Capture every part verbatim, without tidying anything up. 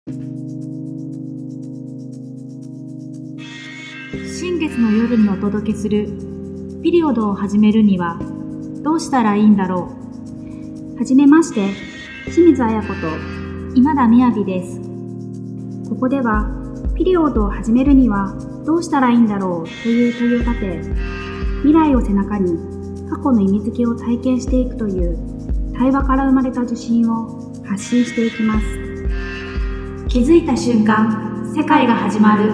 新月の夜にお届けするピリオドを始めるにはどうしたらいいんだろう。はじめまして、清水彩子と今田みやびです。ここではピリオドを始めるにはどうしたらいいんだろうという問いを立て、未来を背中に過去の意味付けを体験していくという対話から生まれた受信を発信していきます。気づいた瞬間、世界が始まる。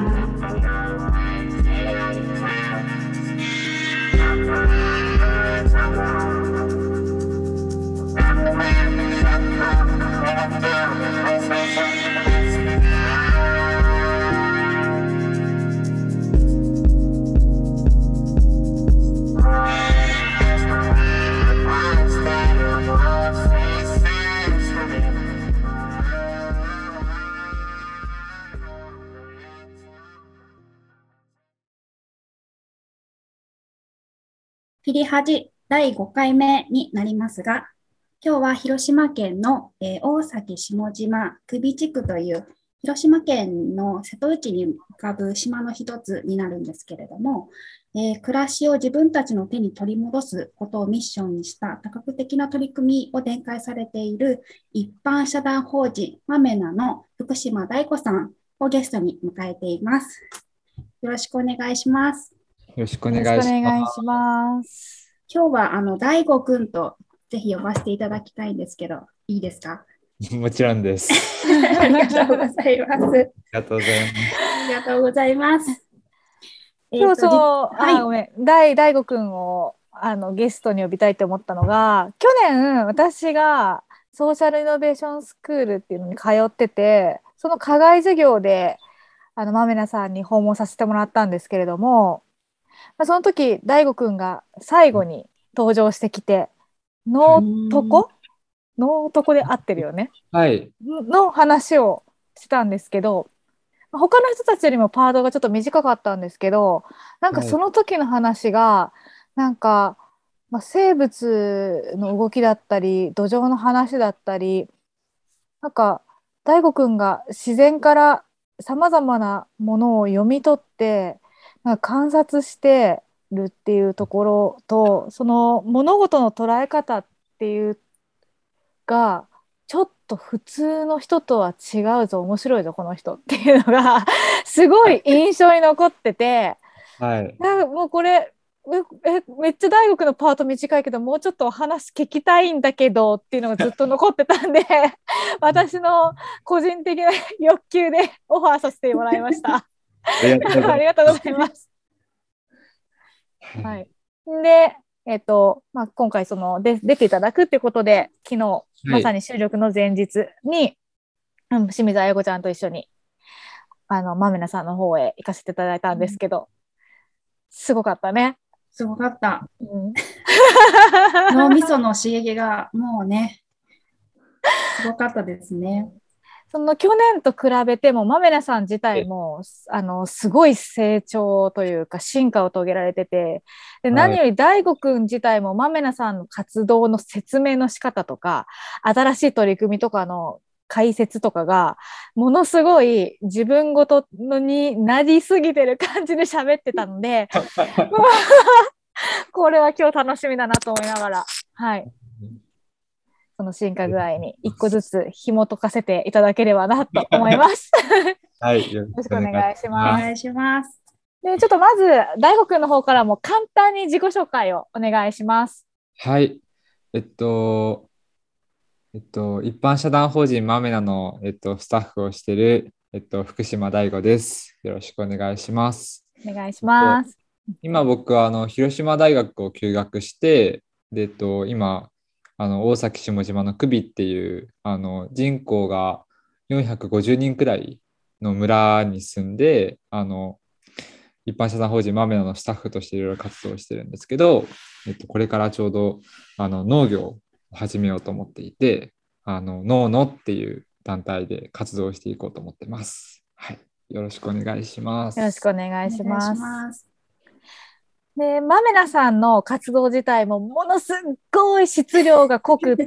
ピリハジだいごかいめになりますが、今日は広島県の、えー、大崎下島久比地区という広島県の瀬戸内に浮かぶ島の一つになるんですけれども、えー、暮らしを自分たちの手に取り戻すことをミッションにした多角的な取り組みを展開されている一般社団法人マメナの福島大子さんをゲストに迎えています。よろしくお願いします。 よろしくお願いします。 お願いします。 今日はあの大吾くんとぜひ呼ばせていただきたいんですけど、いいですか？ もちろんです。 ありがとうございます。 ありがとうございます。 ありがとうございます。 今日そう、 はい、 あ、ごめん、大大吾くんをあのゲストに呼びたいと思ったのが、去年私がソーシャルイノベーションスクールっていうのに通ってて、その課外授業であのマメナさんに訪問させてもらったんですけれども、その時大吾くんが最後に登場してきて、のとこのとこで合ってるよね、 はい、 の話をしたんですけど、他の人たちよりもパートがちょっと短かったんですけど、なんかその時の話が、はい、なんか、まあ、生物の動きだったり土壌の話だったり、なんか大吾くんが自然からさまざまなものを読み取ってなんか観察してるっていうところと、その物事の捉え方っていうがちょっと普通の人とは違うぞ、面白いぞこの人っていうのがすごい印象に残ってて、 はい、 なんかもうこれえめっちゃ大学のパート短いけどもうちょっとお話聞きたいんだけどっていうのがずっと残ってたんで私の個人的な欲求でオファーさせてもらいました。ありがとうございます。はい、で、えーとまあ、今回そので出ていただくっていうことで、昨日、はい、まさに収録の前日に、うん、清水彩子ちゃんと一緒にあのマメナさんの方へ行かせていただいたんですけど、うん、すごかったね。 すごかった。うん、脳みその刺激がもうね、すごかったですね。 その去年と比べてもマメナさん自体もあのすごい成長というか進化を遂げられてて、で何より大吾くん自体もマメナさんの活動の説明の仕方とか新しい取り組みとかの解説とかがものすごい自分ごとになりすぎてる感じで喋ってたのでこれは今日楽しみだなと思いながら、はい、その進化具合に一個ずつ紐解かせていただければなと思います。 はい、 よろしくお願いします。 お願いします。 で、ちょっとまず大吾くんの方からも簡単に自己紹介をお願いします。 はい、えっと、えっと、一般社団法人マメナの、えっと、スタッフをしている、えっと、福島大吾です。よろしくお願いします。 お願いします。 えっと、今僕はあの広島大学を休学して、で、えっと、今あの大崎下島の久比っていうあの人口がよんひゃくごじゅうにんくらいの村に住んで、あの一般社団法人マメナのスタッフとしていろいろ活動してるんですけど、えっと、これからちょうどあの農業を始めようと思っていて、あのノーノっていう団体で活動していこうと思ってます。はい、よろしくお願いします。 よろしくお願いします。 で、まめなさんの活動自体もものすっごい質量が濃くって、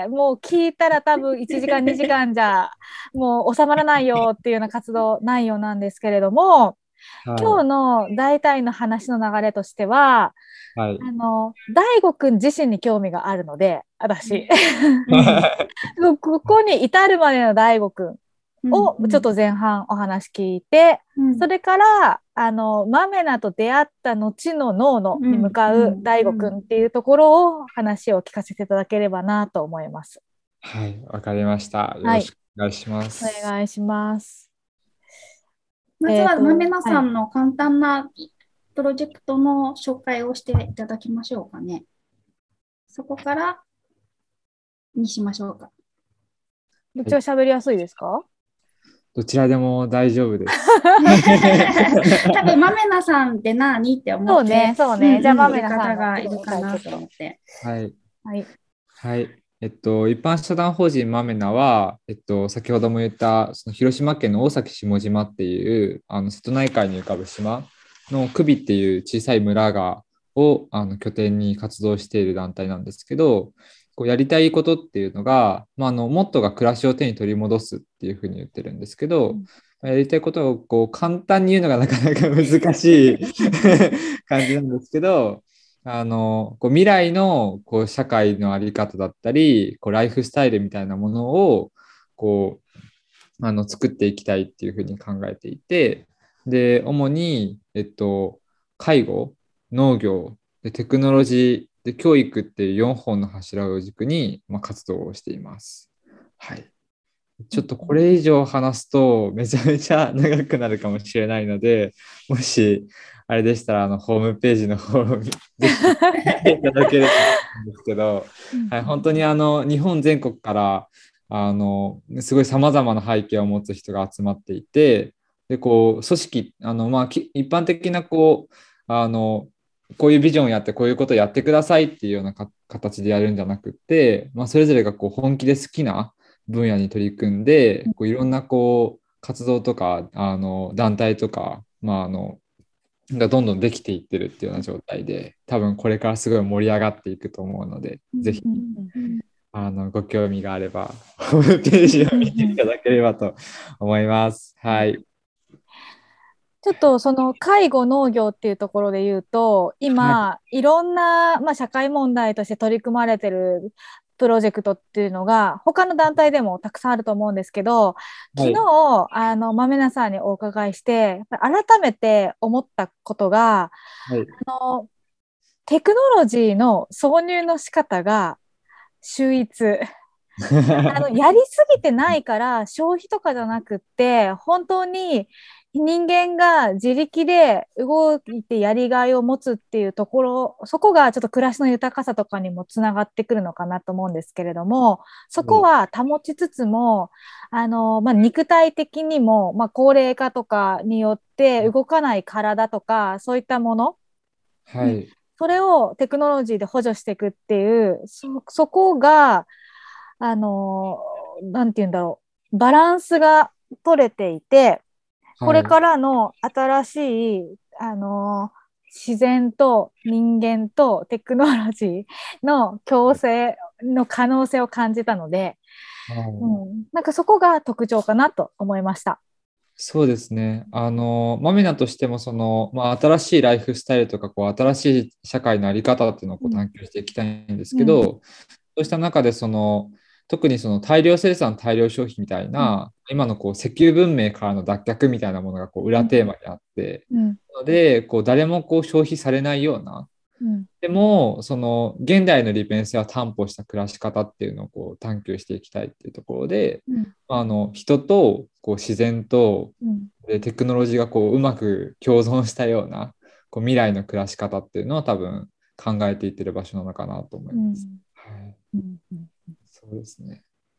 もう聞いたら多分いちじかん、にじかんじゃもう収まらないよっていうような活動内容なんですけれども、今日はの大体の話の流れとしては、 い。はい。 あの、大悟くん自身に興味があるので、私。ここに至るまでの大悟くんをちょっと前半お話聞いて、 うんそれからあのマメナと出会った後のノーノに向かう大悟くんっていうところを話を聞かせていただければなと思います。 はい、わかりました。よろしくお願いします。 お願いします。 まずは、 えーとまめなさはいんの簡単なプロジェクトの紹介をしていただきましょうかね。そこからにしましょうか。 どっちが喋りやすいですか？ どちらでも大丈夫です。 多分、まめなさんって何って思ってそうね、そうね。 うんじゃあ、まいるめなさんの方がいるかなと思って。 はい。 はい。 はい。えっと、一般社団法人マメナは、えっと、先ほども言ったその広島県の大崎下島っていうあの瀬戸内海に浮かぶ島の久美っていう小さい村がをあの拠点に活動している団体なんですけど、こうやりたいことっていうのが、まあ、あのモットーが暮らしを手に取り戻すっていうふうに言ってるんですけど、うん、やりたいことをこう簡単に言うのがなかなか難しい感じなんですけど、あのこう未来のこう社会の在り方だったりこうライフスタイルみたいなものをこうあの作っていきたいっていうふうに考えていて、で主に、えっと、介護、農業でテクノロジーで教育っていうよんほんの柱を軸に、まあ、活動をしています。はい。ちょっとこれ以上話すとめちゃめちゃ長くなるかもしれないので、もしあれでしたらあのホームページの方をぜひ見ていただければと思うんですけど、はい、本当にあの日本全国からあのすごいさまざまな背景を持つ人が集まっていて、でこう組織あの、まあ、き一般的なこうあのこういうビジョンをやってこういうことをやってくださいっていうようなか形でやるんじゃなくて、まあ、それぞれがこう本気で好きな分野に取り組んで、こういろんなこう活動とかあの団体とか、まあ、あのがどんどんできていってるっていうような状態で、多分これからすごい盛り上がっていくと思うので、ぜひあのご興味があればホームページを見ていただければと思います。はい。 ちょっとその介護農業っていうところで言うと、今、はい、いろんな、まあ、社会問題として取り組まれてるプロジェクトっていうのが他の団体でもたくさんあると思うんですけど、昨日、はい、あのまめなさんにお伺いして改めて思ったことが、はい、あのテクノロジーの挿入の仕方が秀逸あのやりすぎてないから消費とかじゃなくって本当に人間が自力で動いてやりがいを持つっていうところ、そこがちょっと暮らしの豊かさとかにもつながってくるのかなと思うんですけれども、そこは保ちつつも、うん、あのまあ、肉体的にも、まあ、高齢化とかによって動かない体とかそういったもの、 はい、 それをテクノロジーで補助していくっていう、そ、そこがあのなんて言うんだろう、バランスが取れていて、これからの新しい、はい、あの自然と人間とテクノロジーの共生の可能性を感じたので、はい、うん、なんかそこが特徴かなと思いました。 そうですね。あの、マミナとしてもその、まあ、新しいライフスタイルとかこう新しい社会の在り方っていうのをこう探求していきたいんですけど、うん、そうした中でその特にその大量生産大量消費みたいな、うん、今のこう石油文明からの脱却みたいなものがこう裏テーマにあって、うん、のでこう誰もこう消費されないような、うん、でもその現代の利便性は担保した暮らし方っていうのをこう探求していきたいっていうところで、うん、あの人とこう自然と、うん、でテクノロジーがこううまく共存したようなこう未来の暮らし方っていうのを多分考えていってる場所なのかなと思います。うん、はい、うんうん、そうですね。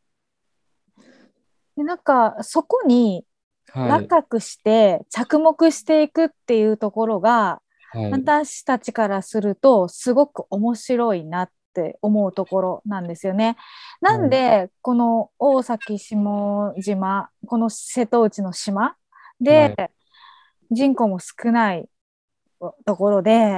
でなんかそこに若くして着目していくっていうところが、はい、私たちからするとすごく面白いなって思うところなんですよね。なんでこの大崎下島、この瀬戸内の島で人口も少ないところで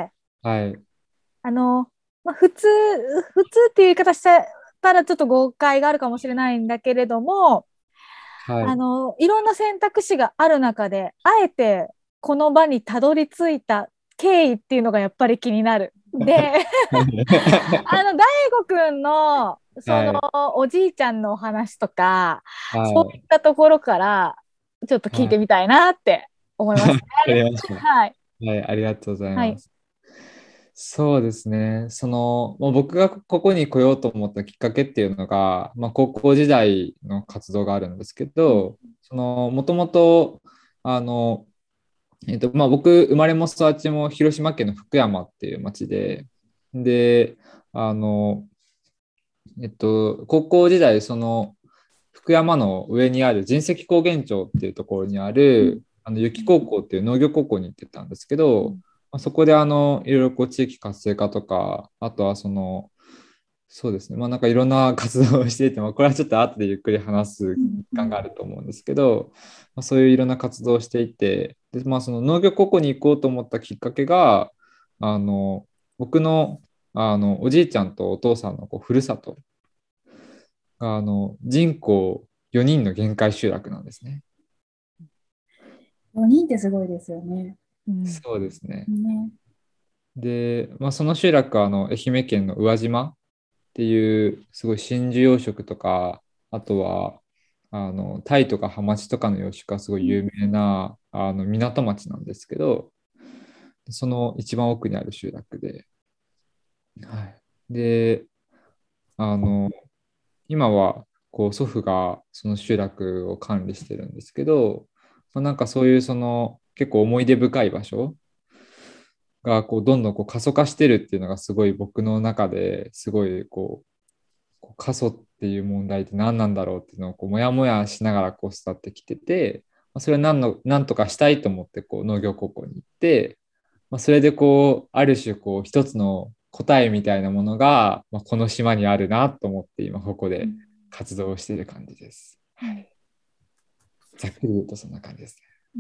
はい。 あの、まあ、普通、普通っていう言い方したらちょっと誤解があるかもしれないんだけれども、 はい。 あの、いろんな選択肢がある中で、あえてこの場にたどり着いた経緯っていうのがやっぱり気になる。で、あの、大悟くんの、その、 はい。 おじいちゃんのお話とか、そういっはい。 たところから、ちょっと聞いはい。 てみたいなって思いますね。 ありました。 はい。 はい。ありがとうございはい。 ます。そうですね。その、まあ、僕がここに来ようと思ったきっかけっていうのが、まあ、高校時代の活動があるんですけど、その、もともと、あの、えっと、まあ、僕、生まれも育ちも広島県の福山っていう町で、で、あの、えっと、高校時代、その、福山の上にある神石高原町っていうところにある、あの、雪高校っていう農業高校に行ってたんですけど、まあ、そこで、あの、いろいろこう地域活性化とか、あとはその、そうですね、まあなんかいろんな活動をしていて、まあ、これはちょっと後でゆっくり話す時間があると思うんですけど、まあ、そういういろんな活動をしていて、で、まあその農業高校に行こうと思ったきっかけが、あの、僕の、あのおじいちゃんとお父さんのこうふるさとがあの人口よにんの限界集落なんですね。 よにんってすごいですよね。 うん。 そうですね。 ね。 で、まあ、その集落はあの愛媛県の宇和島っていうすごい真珠養殖とか、あとはあのタイとかハマチとかの養殖がすごい有名なあの港町なんですけど、その一番奥にある集落で、はい、で、あの今はこう祖父がその集落を管理してるんですけど、まあ、なんかそういうその結構思い出深い場所がこうどんどんこう過疎化してるっていうのがすごい僕の中ですごいこうこう過疎っていう問題って何なんだろうっていうのをこうもやもやしながらこう育ってきてて、まあ、それを何の何とかしたいと思ってこう農業高校に行って、まあ、それでこうある種こう一つの答えみたいなものが、まあ、この島にあるなと思って今ここで活動をしている感じです。 うん。 ざっくり言うとそんな感じですうん。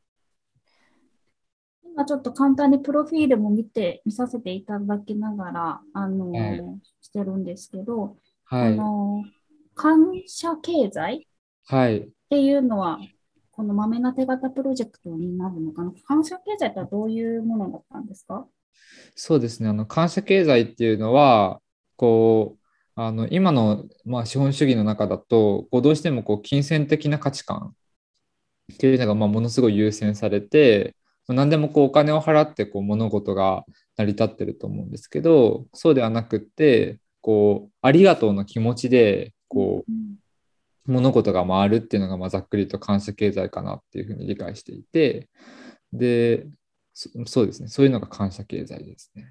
今ちょっと簡単にプロフィールも見て、見させていただきながら、あね。はい。 のしてるんですけど、あはい。 の感謝経済はい。 っていうのは、この豆な手形プロジェクトになるのかな。感謝経済とはどういうものだったんですか？ そうですね。あの、感謝経済っていうのは、こう、あの、今の、まあ、資本主義の中だと、こうどうしてもこう金銭的な価値観っていうのが、まあ、ものすごい優先されて、まあ何でもこうお金を払ってこう物事が成り立ってると思うんですけど、そうではなくって、こう、ありがとうの気持ちで、こうんう、物事が回るっていうのが、まあ、ざっくりと感謝経済かなっていうふうに理解していて、で、そそうですね。そういうのが感謝経済ですね。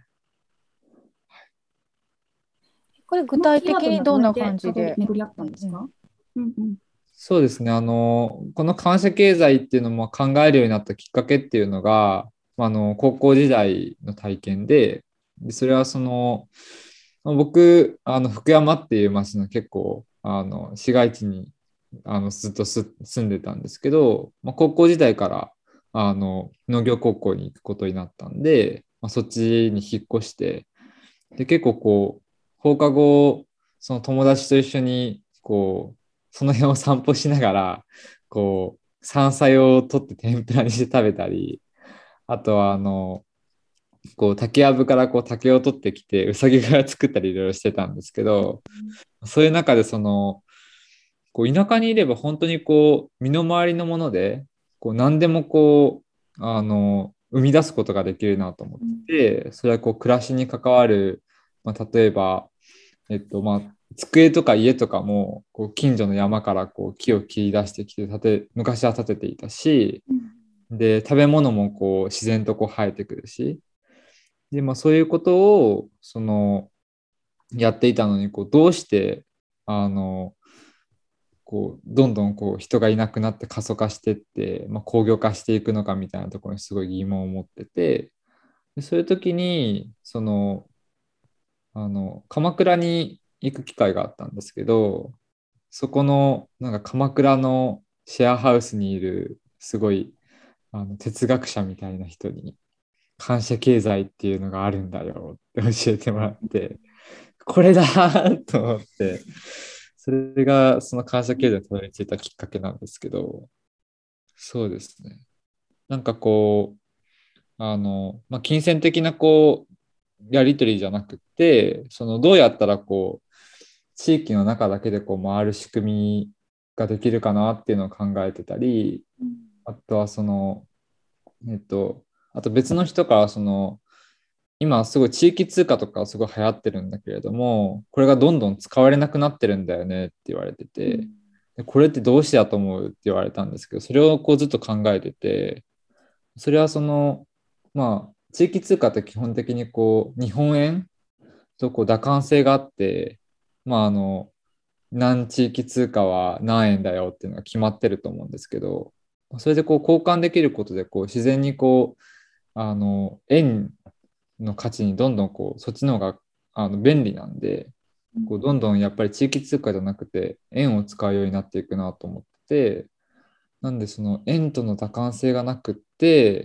これ具このキーワー体的ドにはどうやっにどんな感てたどりじで。 巡り合ったうんうん。 んですか？うんうんそうですね。あの、この感謝経済っていうのも考えるようになったきっかけっていうのが、まああの、高校時代の体験で、でそれはその、まあ僕、あの、福山っていう町の結構、あの、市街地に、あの、ずっとす住んでたんですけど、まあ、高校時代から、あの、農業高校に行くことになったんで、まあ、そっちに引っ越して、で、結構こう、放課後、その友達と一緒に、こう、その辺を散歩しながら、こう、山菜を取って天ぷらにして食べたり、あとは、あの、こう、竹やぶからこう竹を取ってきて、うさぎから作ったりいろいろしてたんですけど、そういう中で、その、こう、田舎にいれば本当にこう、身の回りのもので、こう、何でもこう、あの、生み出すことができるなと思っうんてて、それはこう、暮らしに関わる、まあ、例えば、えっと、まあ、机とか家とかも、こう、近所の山からこう、木を切り出してきて、建て、昔は建てていたし、 うんで、食べ物もこう、自然とこう、生えてくるし、で、まあ、そういうことを、その、やっていたのに、こう、どうして、あの、こう、どんどんこう、人がいなくなって過疎化していって、まあ、工業化していくのかみたいなところにすごい疑問を持ってて、でそういう時に、その、あの、鎌倉に行く機会があったんですけど、そこの、なんか鎌倉のシェアハウスにいる、すごい、あの哲学者みたいな人に感謝経済っていうのがあるんだよって教えてもらって、これだと思って、それがその感謝経済にたどり着いたきっかけなんですけど、そうですね。なんかこう、あの、まあ、金銭的なこう、やり取りじゃなくて、そのどうやったらこう、地域の中だけでこう回る仕組みができるかなっていうのを考えてたり、あとはその、えっと、あと別の人からその、今すごい地域通貨とかすごい流行ってるんだけれども、これがどんどん使われなくなってるんだよねって言われてて、でこれってどうしてだと思うって言われたんですけど、それをこうずっと考えてて、それはその、まあ、地域通貨って基本的にこう日本円とこう打関性があって、まあ、あの何地域通貨は何円だよっていうのが決まってると思うんですけど、それでこう交換できることでこう自然にこうあの円の価値にどんどんこうそっちの方があの便利なんで、こうどんどんやっぱり地域通貨じゃなくて円を使うようになっていくなと思ってて、なんでその円との多感性がなくって、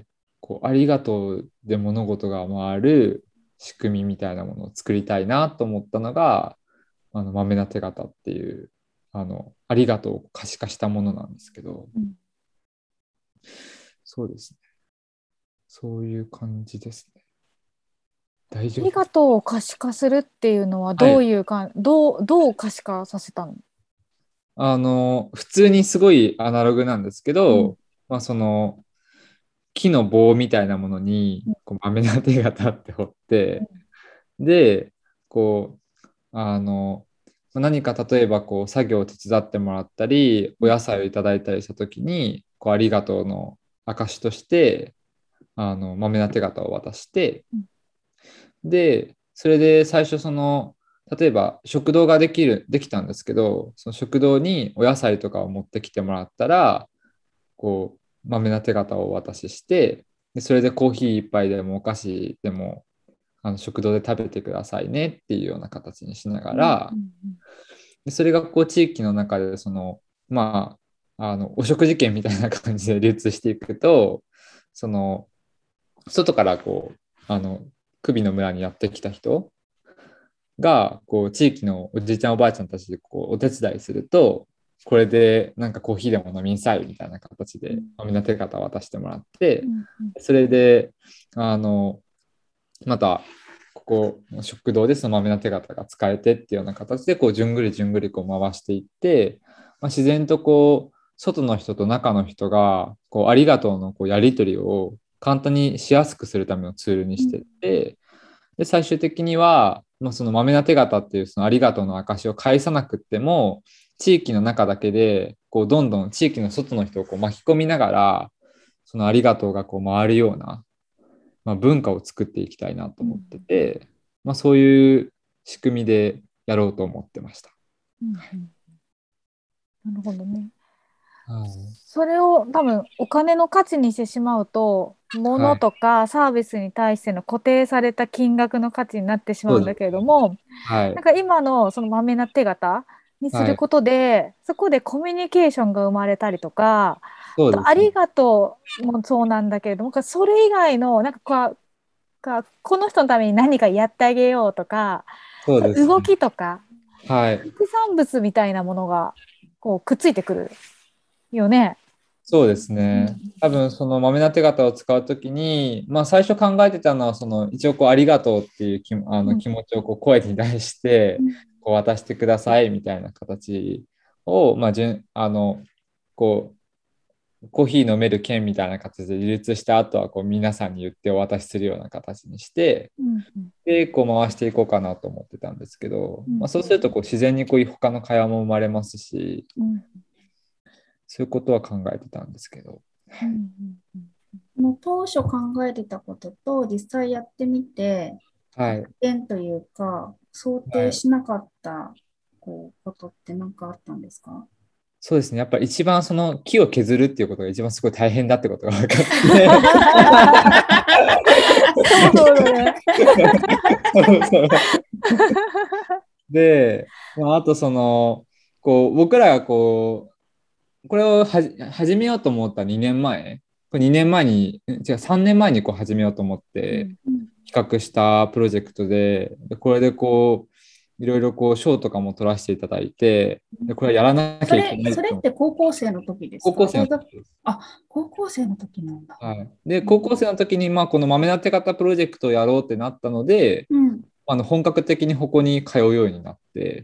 こうありがとうで物事が回る仕組みみたいなものを作りたいなと思ったのが、あの豆な手形っていうあのありがとうを可視化したものなんですけど、うん、そうですね。そういう感じですね。大丈夫？ ありがとうを可視化するっていうのはどういうか、はい、どう、どう可視化させたの？ あの普通にすごいアナログなんですけど、うん、まあその木の棒みたいなものにこう豆な手形って彫って、うん、でこうあの何か例えばこう作業を手伝ってもらったりお野菜をいただいたりした時にこうありがとうの証としてあの豆な手形を渡して、うん、でそれで最初その例えば食堂ができるできたんですけど、その食堂にお野菜とかを持ってきてもらったらこう豆な手形をお渡しして、でそれでコーヒー一杯でもお菓子でもあの食堂で食べてくださいねっていうような形にしながら、うんうんうん、でそれがこう地域の中でそのまああのお食事券みたいな感じで流通していくと、その外からこうあの首の村にやってきた人がこう地域のおじいちゃんおばあちゃんたちでこうお手伝いすると、これでなんかコーヒーでも飲みんさいみたいな形で豆な手形を渡してもらって、うんうん、それであのまたここ食堂でその豆な手形が使えてっていうような形でこうじゅんぐりじゅんぐりこう回していって、まあ、自然とこう外の人と中の人がこうありがとうのこうやり取りを簡単にしやすくするためのツールにしていって、うん、で最終的には、まあ、その豆な手形っていうそのありがとうの証を返さなくっても地域の中だけでこうどんどん地域の外の人をこう巻き込みながらそのありがとうがこう回るような、まあ、文化を作っていきたいなと思ってて、うんまあ、そういう仕組みでやろうと思ってました。 うんうん、なるほどね。 はい、 それを多分お金の価値にしてしまうと物とかサービスに対しての固定された金額の価値になってしまうんだけれども、はい、なんか今のその豆な手形にすることで、はい、そこでコミュニケーションが生まれたりとか、そうですね、ありがとうもそうなんだけれども、それ以外のなんかこうかこの人のために何かやってあげようとか、そうですね、動きとか、はい、副産物みたいなものがこうくっついてくるよね。 そうですね。多分その豆な手形を使うときに、まあ、最初考えてたのはその一応こうありがとうっていうきあの気持ちをこう声に出してこう渡してくださいみたいな形を、まあ、じゅあのこうコーヒー飲める券みたいな形で流通した後はこう皆さんに言ってお渡しするような形にして、でこう回していこうかなと思ってたんですけど、まあ、そうするとこう自然にこう他の会話も生まれますし、そういうことは考えてたんですけど、 うんうんうん、の当初考えてたことと実際やってみて、はい、変というか想定しなかったこうことって何かあったんですか？ そうですね、やっぱり一番その木を削るっていうことが一番すごい大変だってことが分かってそうだねで、まあ、あとそのこう僕らがこうこれをはじ始めようと思ったにねんまえこれにねんまえに、違う、さんねんまえにこう始めようと思ってうん企画したプロジェクトで、でこれでこう、いろいろこう賞とかも取らせていただいて、でこれはやらなきそゃいけれ、それっないと思って、 て高校生の時です高校生のか？大学、 時です。 あ、高校生の時なんだ。 はい、で、高校生の時に、まあ、この豆な手形プロジェクトをやろうってなったので、 うん。 あの本格的にここに通うようになって、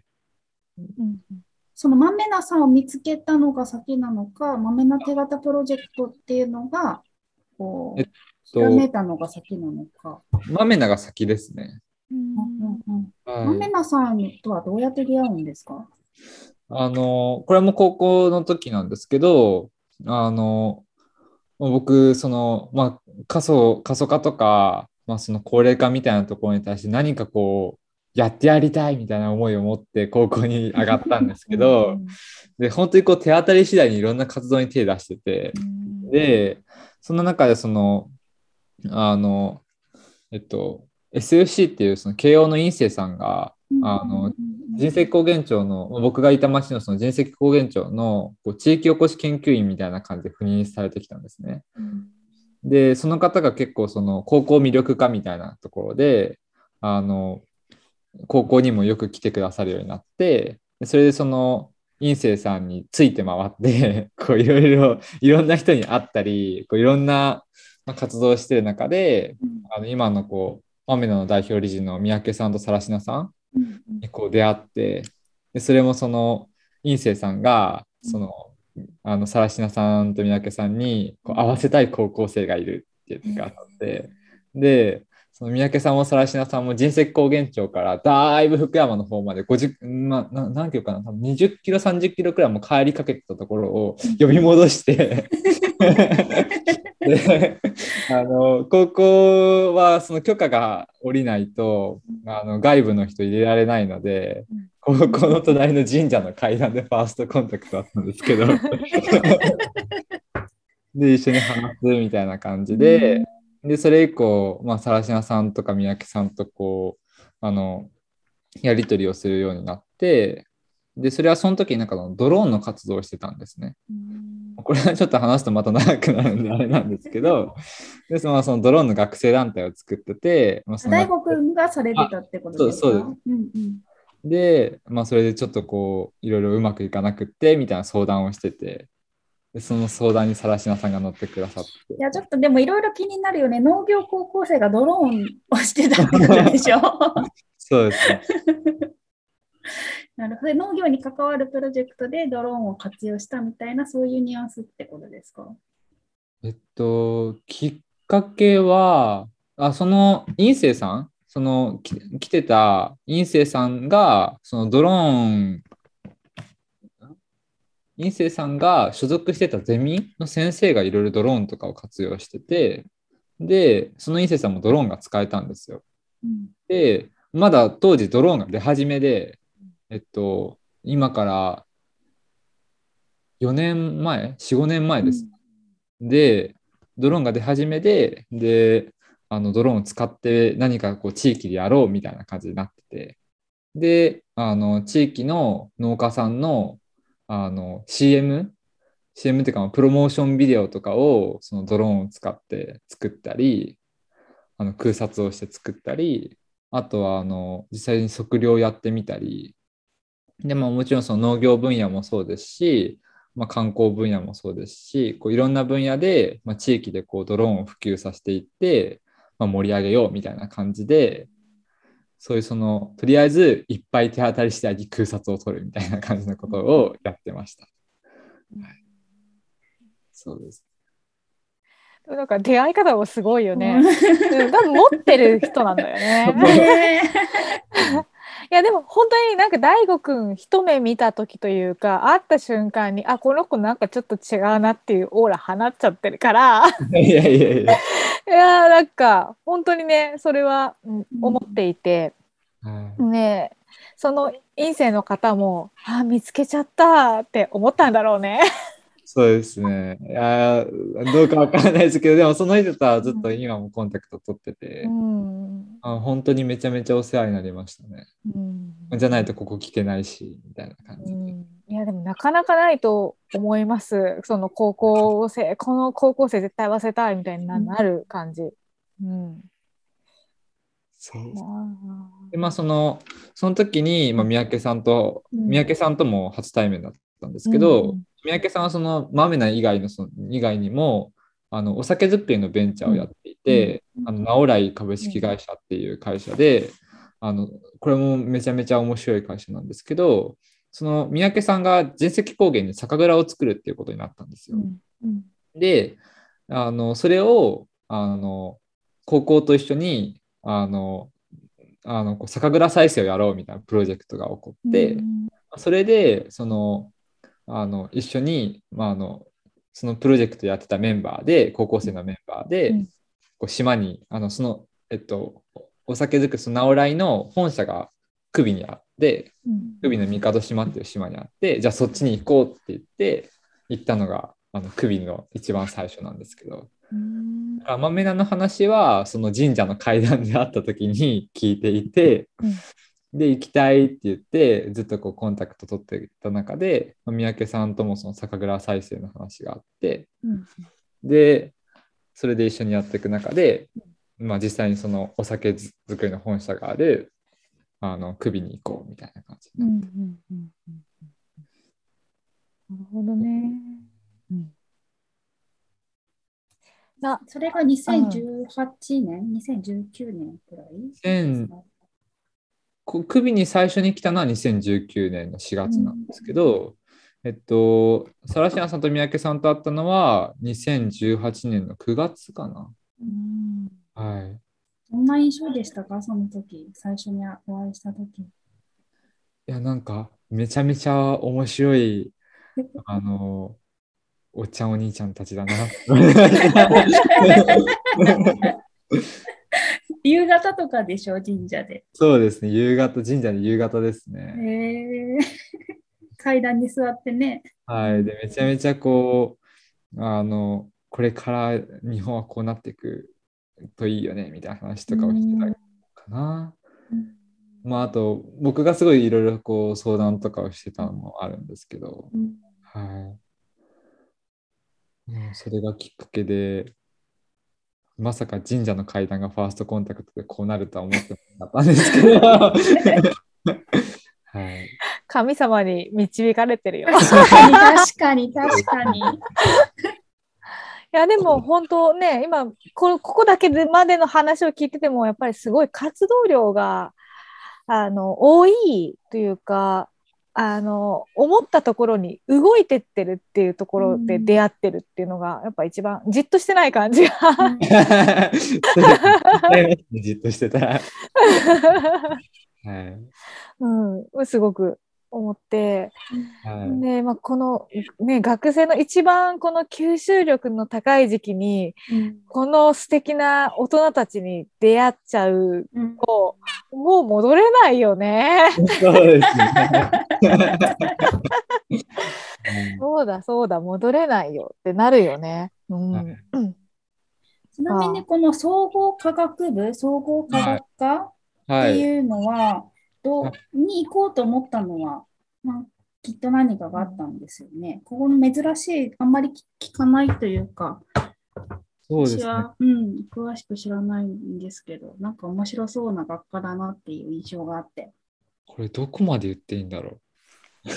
うんそのまめなさんを見つけたのが先なのか、まめな手形プロジェクトっていうのが、 えっこう、ひらと、 めいたのが先なのか。 豆なが先ですね。 うんうんうんうんまめはい。 なさんとはどうやって出会うんですか？ あの、これも高校の時なんですけど、あの、僕、その、まあ、過疎、過疎化とか、まあ、その高齢化みたいなところに対して何かこう、やってやりたいみたいな思いを持って高校に上がったんですけど、で、本当にこう手当たり次第にいろんな活動に手を出してて、で、その中でその、あの、えっと、エスエフシー っていうその慶応の院生さんが、あの、人石高原町の、僕がいた町のその人石高原町のこう地域おこし研究員みたいな感じで赴任されてきたんですね。で、その方が結構その高校魅力家みたいなところで、あの、高校にもよく来てくださるようになって、でそれでその院生さんについて回って、こういろいろ、いろんな人に会ったり、こういろんなまあ活動をしている中で、あの今のこう、マメナの代表理事の三宅さんと更科さんにこう出会って、でそれもその院生さんが、その、あの更科さんと三宅さんにこう会わせたい高校生がいるっていうのがあって、で、その三宅さんも更科さんも人石高原町からだいぶ福山の方までごじゅう、まあ、な何キロかな、多分にじゅっキロ、さんじゅっキロくらいも帰りかけてたところを呼び戻してで、あの高校はその許可が下りないとあの外部の人入れられないので、高校の隣の神社の階段でファーストコンタクトだったんですけどで一緒に話すみたいな感じで、でそれ以降、まあ、更科さんとか三宅さんとこうあのやり取りをするようになって、でそれはその時になんかのドローンの活動をしてたんですね。これはちょっと話すとまた長くなるんであれなんですけど、でそのそのドローンの学生団体を作ってて、まあ、その大悟くんがされてたってことですか？ そうそうです。 うんうんで、まあ、それでちょっとこういろいろうまくいかなくってみたいな相談をしてて、でその相談に更科さんが乗ってくださって。 いや、ちょっとでもいろいろ気になるよね。農業高校生がドローンをしてたってことでしょそうですね。 なるほど。農業に関わるプロジェクトでドローンを活用したみたいな、そういうニュアンスってことですか？ えっと、きっかけは、あ、その院生さん、そのき来てた院生さんが、そのドローン、院生さんが所属してたゼミの先生がいろいろドローンとかを活用してて、で、その院生さんもドローンが使えたんですよ。 うんで、まだ当時ドローンが出始めで、えっと、今からよねんまえ、よん、ごねんまえです。で、ドローンが出始めで、で、あのドローンを使って何かこう地域でやろうみたいな感じになってて、で、あの地域の農家さんの、あの シーエム、シーエム っていうかプロモーションビデオとかをそのドローンを使って作ったり、あの空撮をして作ったり、あとはあの実際に測量をやってみたり、でももちろんその農業分野もそうですし、まあ、観光分野もそうですし、こういろんな分野で、まあ、地域でこうドローンを普及させていって、まあ、盛り上げようみたいな感じで、そういうそのとりあえずいっぱい手当たり次第に空撮を撮るみたいな感じのことをやってました。はい、そうです。 なんか出会い方もすごいよね。うん、多分持ってる人なんだよね。いやでも本当になんか大悟くん一目見た時というか、会った瞬間にあこの子なんかちょっと違うなっていうオーラ放っちゃってるからいやいやいやいやなんか本当にねそれは、うん、思っていて、うん、ねその院生の方もあ見つけちゃったって思ったんだろうね。 そうですね。いやー、どうかわからないですけど、でもその人とはずっと今もコンタクト取ってて、 うん。 あ、本当にめちゃめちゃお世話になりましたね。 うん。 じゃないとここ来てないし、みたいな感じで。 うん、いやでもなかなかないと思います。その高校生、この高校生絶対忘れたいみたいにな、なる感じ。うん。 そう。 あで、まあその、その時に、まあ、三宅さんと、 うん三宅さんとも初対面だったんですーけど、 うん三宅さんはそのマメナ以外のその以外にも、あのお酒作りのベンチャーをやっていて、あのナオライ株式会社っていう会社で、あのこれもめちゃめちゃ面白い会社なんですけど、その三宅さんが神石高原に酒蔵を作るっていうことになったんですよ。 うんうんで、あのそれをあの高校と一緒にあのあのこう酒蔵再生をやろうみたいなプロジェクトが起こうって、 んそれでそのあの一緒に、まあ、あのそのプロジェクトやってたメンバーで、高校生のメンバーで、 うんこう島にあのその、えっと、お酒造りその直来の本社が久美にあって、 うん久美の帝島っていう島にあって、じゃあそっちに行こうって言って行ったのがあの久美の一番最初なんですけど、 うんアマメナの話はその神社の階段で会った時に聞いていて、 うんで行きたいって言ってずっとこうコンタクト取っていた中で、三宅さんともその酒蔵再生の話があって、 うんでそれで一緒にやっていく中で、まあ、実際にそのお酒作りの本社があるあの久美に行こうみたいな感じにうんなって、 うんうんうんなるほどね。うんなそれがにせんじゅうはちねん、にせんじゅうきゅうねんくらいですか？ こ久美に最初に来たのはにせんじゅうきゅうねんのしがつなんですけど、えっと、サラシアンさんと三宅さんと会ったのはにせんじゅうはちねんのくがつかな。 うんはい。 どんな印象でしたか、その時、最初にお会いした時。 いや、なんか、めちゃめちゃ面白い、あの、おっちゃんお兄ちゃんたちだな。 夕方とかでしょ、神社で。 そうですね、夕方、神社の夕方ですへね。 え階段に座ってね。 はい。で、めちゃめちゃこう、あの、これから日本はこうなっていくといいよね、みたいな話とかをしてたりかな。 うんまあ、あと、僕がすごいいろいろこう相談とかをしてたのもあるんですけど、 うんはい。うん、それがきっかけで、まさか神社の階段がファーストコンタクトでこうなるとは思ってなかったんですけど、はい。 神様に導かれてるよ。 確かに、確かに、確かに。 いやでも本当ね、今こここだけまでの話を聞いててもやっぱりすごい活動量があの多いというか、あの思ったところに動いてってるっていうところで出会ってるっていうのがやっぱ一番じっとしてない感じがじっとしてたら。はい。 うん、すごく思って、 はいで、まあ、この、ね、学生の一番この吸収力の高い時期に、 うんこの素敵な大人たちに出会っちゃううんと、もう戻れないよね。 そうですね。 そうだそうだ戻れないよってなるよね。うんはいうんちなみに、この総合科学部、総合科学科っはい。 ていうのは、どはうに行こうと思ったのは、まあ、きっと何かがあったんですよね。ここの珍しい、あんまり聞かないというか、 そうですね。 私は、うん、詳しく知らないんですけど、なんか面白そうな学科だなっていう印象があって。 これどこまで言っていいんだろう。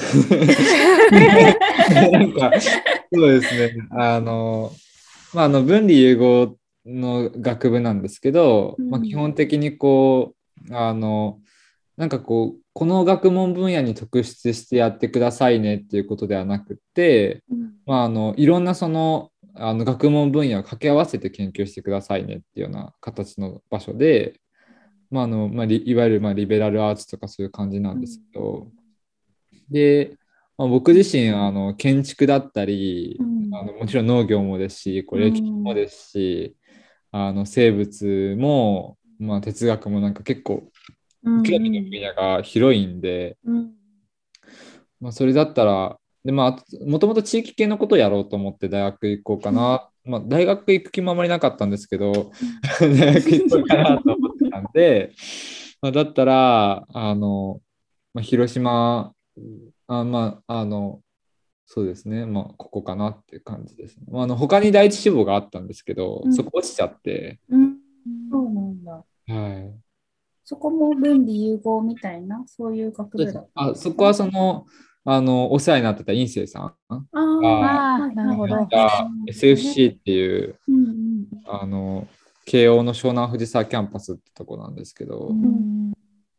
なんか、そうですね。あの、まあ、あの分離融合の学部なんですけど、 うんまあ、基本的にこう、あの、なんかこう、この学問分野に特筆してやってくださいねっていうことではなくて、 うんまあ、あのいろんなそのあの学問分野を掛け合わせて研究してくださいねっていうような形の場所で、まああのまあ、いわゆるまあリベラルアーツとかそういう感じなんですけど、で、まあ、僕自身あの建築だったり、 うんあのもちろん農業もですし、これ歴史もですし、あの生物も、まあ、哲学もなんか結構うん興味の分野が広いんで、 うんまあ、それだったらで、まあ、もともと地域系のことをやろうと思って大学行こうかな。まあ、大学行く気もあまりなかったんですけど、大学行こうかなと思ってたんで、まあ、だったら、あの、まあ、広島、あ、まあ、あの、そうですね、まあ、ここかなっていう感じですね。まあ、あの他に第一志望があったんですけど、 うん、 そこ落ちちゃって、 うん、そうなんだ。 はい。 そこも分離融合みたいな、そういう学そうです部だったんあ、 ですか？ そこはその、あの、お世話になってた院生さんああ、 が、 ああ、 はいはいはいなるほど。 はエスエフシー っていう、 い。うんうんあの、慶応の湘南藤沢キャンパスってとこなんですけど、 うん。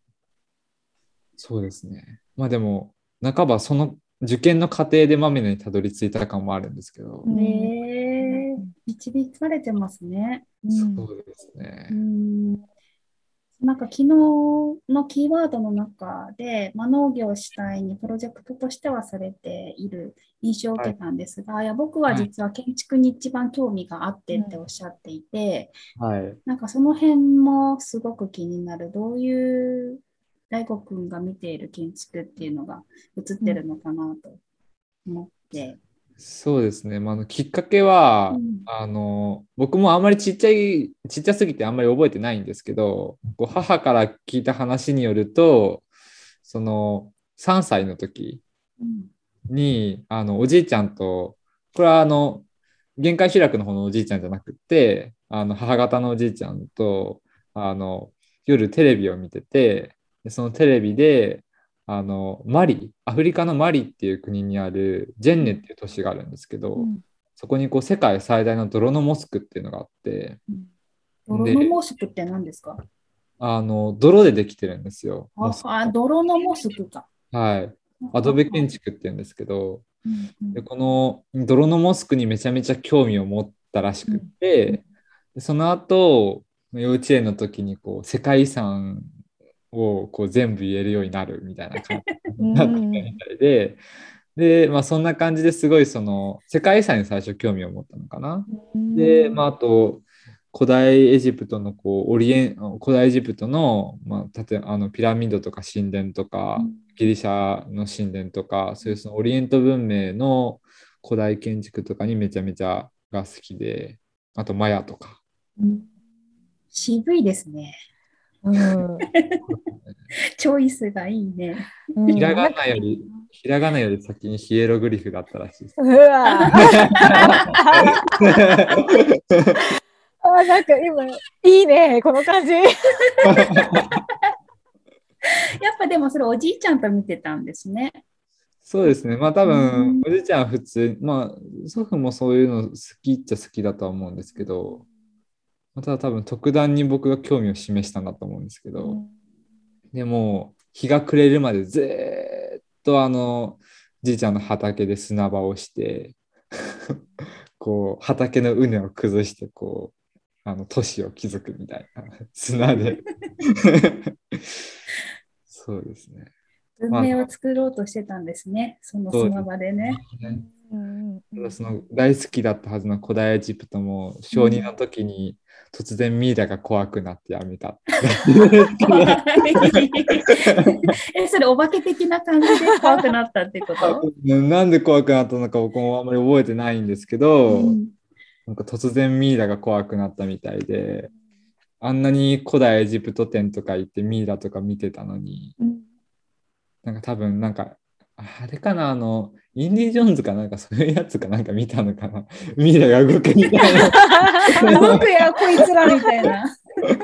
そうですね。まあでも、半ばその受験の過程でマミネにたどり着いた感もあるんですけど、 うんねえ、導かれてますね。 うんそうですうね。 ん。なんか昨日のキーワードの中で、まあ、農業主体にプロジェクトとしてはされている印象を受けはい。 たんですが、いや僕ははい。 実は建築に一番興味があってってうんおっしゃっていて、 はい。 なんかその辺もすごく気になる。どういう大悟くんが見ている建築っていうのが映ってるのかなと思って。 そうですね。まあ、あのきっかけは、 うん。 あの、僕もあんまりちっちゃい、ちっちゃすぎてあんまり覚えてないんですけど、こう母から聞いた話によると、そのさんさいの時うんに、あの、おじいちゃんと、これはあの、限界集落の方のおじいちゃんじゃなくて、あの、母方のおじいちゃんと、あの、夜テレビを見てて、でそのテレビで、あの、マリ、アフリカのマリっていう国にあるジェンネっていう都市があるんですけど、 うんそこにこう世界最大の泥のモスクっていうのがあって、 泥ので、 モスクって何ですか？ あの、泥でできてるんですよ、モあ、 スクあ、 が。 泥のモスクか。 はい。アドベ建築っていうんですけど、 うんうんで、この泥のモスクにめちゃめちゃ興味を持ったらしくっうんて、でその後、幼稚園の時にこう世界遺産をこう全部言えるようになるみたいな感じうになってたんみたいで、で、まあ、そんな感じですごいその世界遺産に最初興味を持ったのかな。で、まあ、あと古代エジプトのこうオリエン古代エジプトの、まあ、例えばあのピラミッドとか神殿とかギリシャの神殿とかそういうそのオリエント文明の古代建築とかにめちゃめちゃが好きで、あとマヤとか。 渋いですね。 うんチョイスがいいね。 うんひらがなんかなより、ひらがなより先にヒエログリフだったらしいです。 うわあ、なんか今いいね、この感じ。 やっぱでもそれおじいちゃんと見てたんですね。 そうですね。まあ多う分、 んおじいちゃんは普通、まあ祖父もそういうの好きっちゃ好きだとは思うんですけど、まあただ多分特段に僕が興味を示したんだと思うんですけど、でも日が暮れるまでずーっとあの、じいちゃんの畑で砂場をして、こう畑の畝を崩してこうあの都市を築くみたいな砂でそうですね。 文明を作ろうとしてたんですね。そのそう砂場でね。 ね。 うんうんただその大好きだったはずの古代エジプトも小にの時に突然ミイラが怖くなってやめた。 え、それお化け的な感じで怖くなったってことなんで怖くなったのか僕もあんまり覚えてないんですけど、 うんなんか突然ミイラが怖くなったみたいで、あんなに古代エジプト展とか行ってミイラとか見てたのに、 うんなんか多分なんか、あれかな、あの、インディ・ジョーンズかなんかそういうやつかなんか見たのかな。ミイラが動くみたいな。 動くやこいつらみたいな。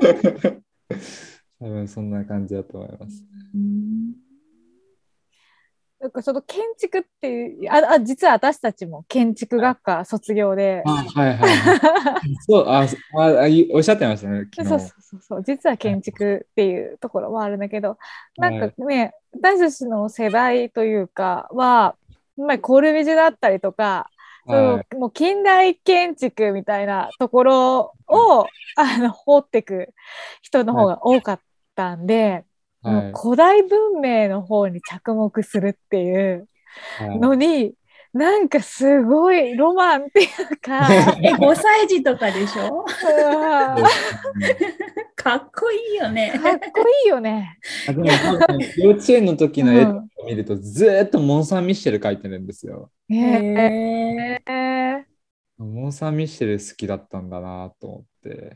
多分そんな感じだと思います。 うんなんかその建築っていうああ実は私たちも建築学科卒業で、 あ、はいはいはい。そう、あ、あ、あいおっしゃってましたね、昨日。 そうそうそうそう実は建築っていうところもあるんだけど、 はいなんかね私たちの世代というかはまあコルビジュだったりとか、そのはいもう近代建築みたいなところをあの掘ってく人の方が多かったんで、もうはい古代文明の方に着目するっていうはいのに、なんかすごいロマンっていうかえ、ごさい児とかでしょ？ うわー可かっこいいよね。 かっこいいよね。 あでも多分幼稚園の時の絵とかを見ると、ずーっとモン・サン・ミッシェル描いてるんですよ。 へへえ。 ーモン・サン・ミッシェル好きだったんだなと思って。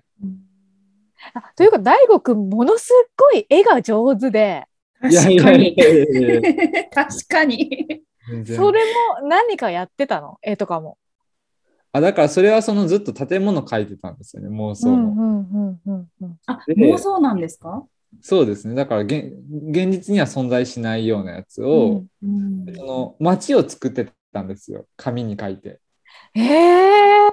あというか大悟くんものすごい絵が上手で、 いやい確かに。 やいやいやいや確かに。 全然それも何かやってたの、絵とかも。 あ、だからそれはそのずっと建物描いてたんですよね、妄想の。 うんうんうんうんうん。 あ、 で妄想なんですか？ そうですね。だから現、現実には存在しないようなやつを、 うん。 その街を作ってたんですよ。紙に書いて。 へえ。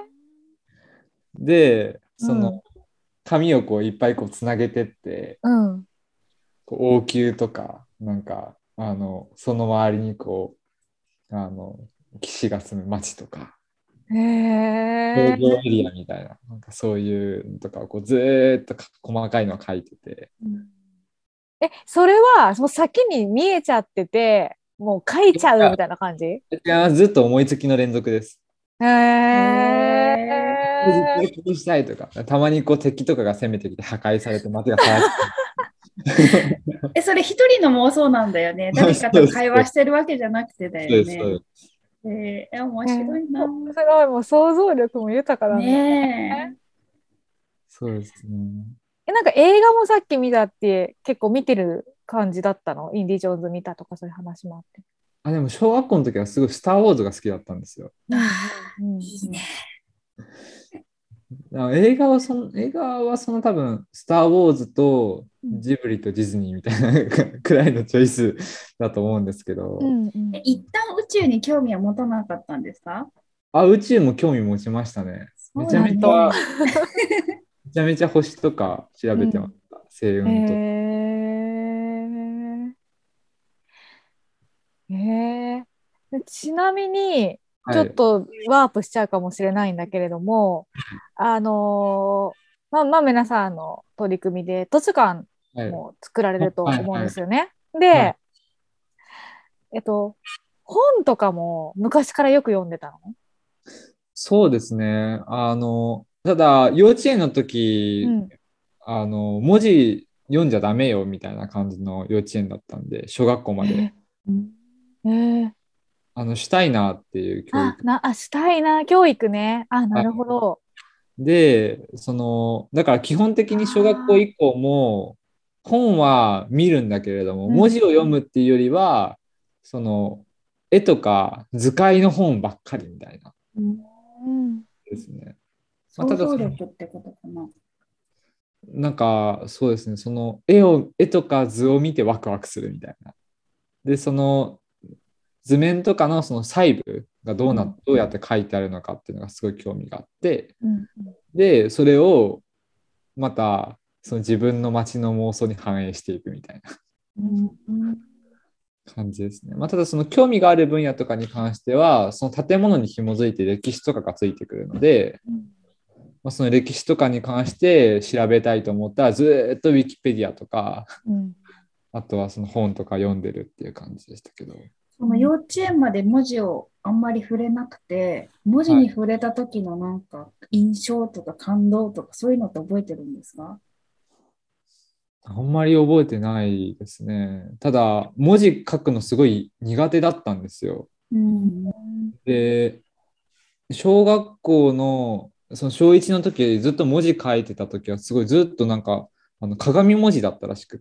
で、そうんの紙をこういっぱいこうつなげてって、 うん。 こう王宮とか、なんか、あの、その周りにこう、あの、騎士が住む街とか、 へえ。 工業エリアみたいな、なんかそういうのとかをこうずーっとか細かいのを書いてて、 え、それはその先に見えちゃってて、もう書いちゃうみたいな感じ？へいやずっと思いつきの連続です。 え。 絶対こうしたいとか、たまにこう敵とかが攻めてきて破壊されて街が騒え、それ一人の妄想なんだよね。誰かと会話してるわけじゃなくてだよそうです、そうね。 です。 えー、え面白いな。 すごい、もう想像力も豊かなんだ。 ねそうですね。 え、なんか映画もさっき見たって結構見てる感じだったの？インディ・ジョーンズ見たとかそういう話もあって。 あ、でも小学校の時はすごいスター・ウォーズが好きだったんですよ。 うんうんいいね。 あ映画はその、映画はその多分、スター・ウォーズとジブリとディズニーみたいなくらいのチョイスだと思うんですけど、 うんうんえ一旦宇宙に興味は持たなかったんですか？ あ、宇宙も興味持ちましたね。めちゃめちゃ、 そうめちゃめちゃ星とか調べてました。星へ雲と。 え。へえ。でちなみに、ちはい。 ょっとワープしちゃうかもしれないんだけれども、あのーまあまあ皆さんの取り組みで図書館はい。 も作られるとはい。 思うんはい。 ですよね。 はで、 いえっと、本とかも昔からよく読んでたの？ そうですね。あの、ただ、幼稚園の時、 うん。 あの、文字読んじゃダメよみたいな感じの幼稚園だったんで、小学校まで。 えー、えー、 あの、シュタイナーっていう教あ、 育。 な、あ、したいな、教育ね。あ、なるほど。 で、その、だから基本的に小学校あ以降も、本は見るんだけれども、 ー、 文字を読むっていうよりは、その、絵とか図解の本ばっかりみたいなうん。うんですね。まあ、 想ただその、 像力ってことかな。 なんか、そうですね、その絵を、絵とか図を見てワクワクするみたいな。で、その図面とかのその細部がどうな、 うんどうやって書いてあるのかっていうのがすごい興味があって、 うんで、それをまたその自分の街の妄想に反映していくみたいなうんうん感じですね。まあ、ただその興味がある分野とかに関しては、その建物に紐づいて歴史とかがついてくるので、まあ、その歴史とかに関して調べたいと思ったら、ずーっとウィキペディアとか、 うんあとはその本とか読んでるっていう感じでしたけど。 その幼稚園まで文字をあんまり触れなくて、文字に触れた時のなんか印象とか感動とかそういうのって覚えてるんですか？ あんまり覚えてないですね。ただ、文字書くのすごい苦手だったんですよ。 うんで、小学校の、その小いちの時、ずっと文字書いてた時は、すごいずっとなんか、あの鏡文字だったらしくって、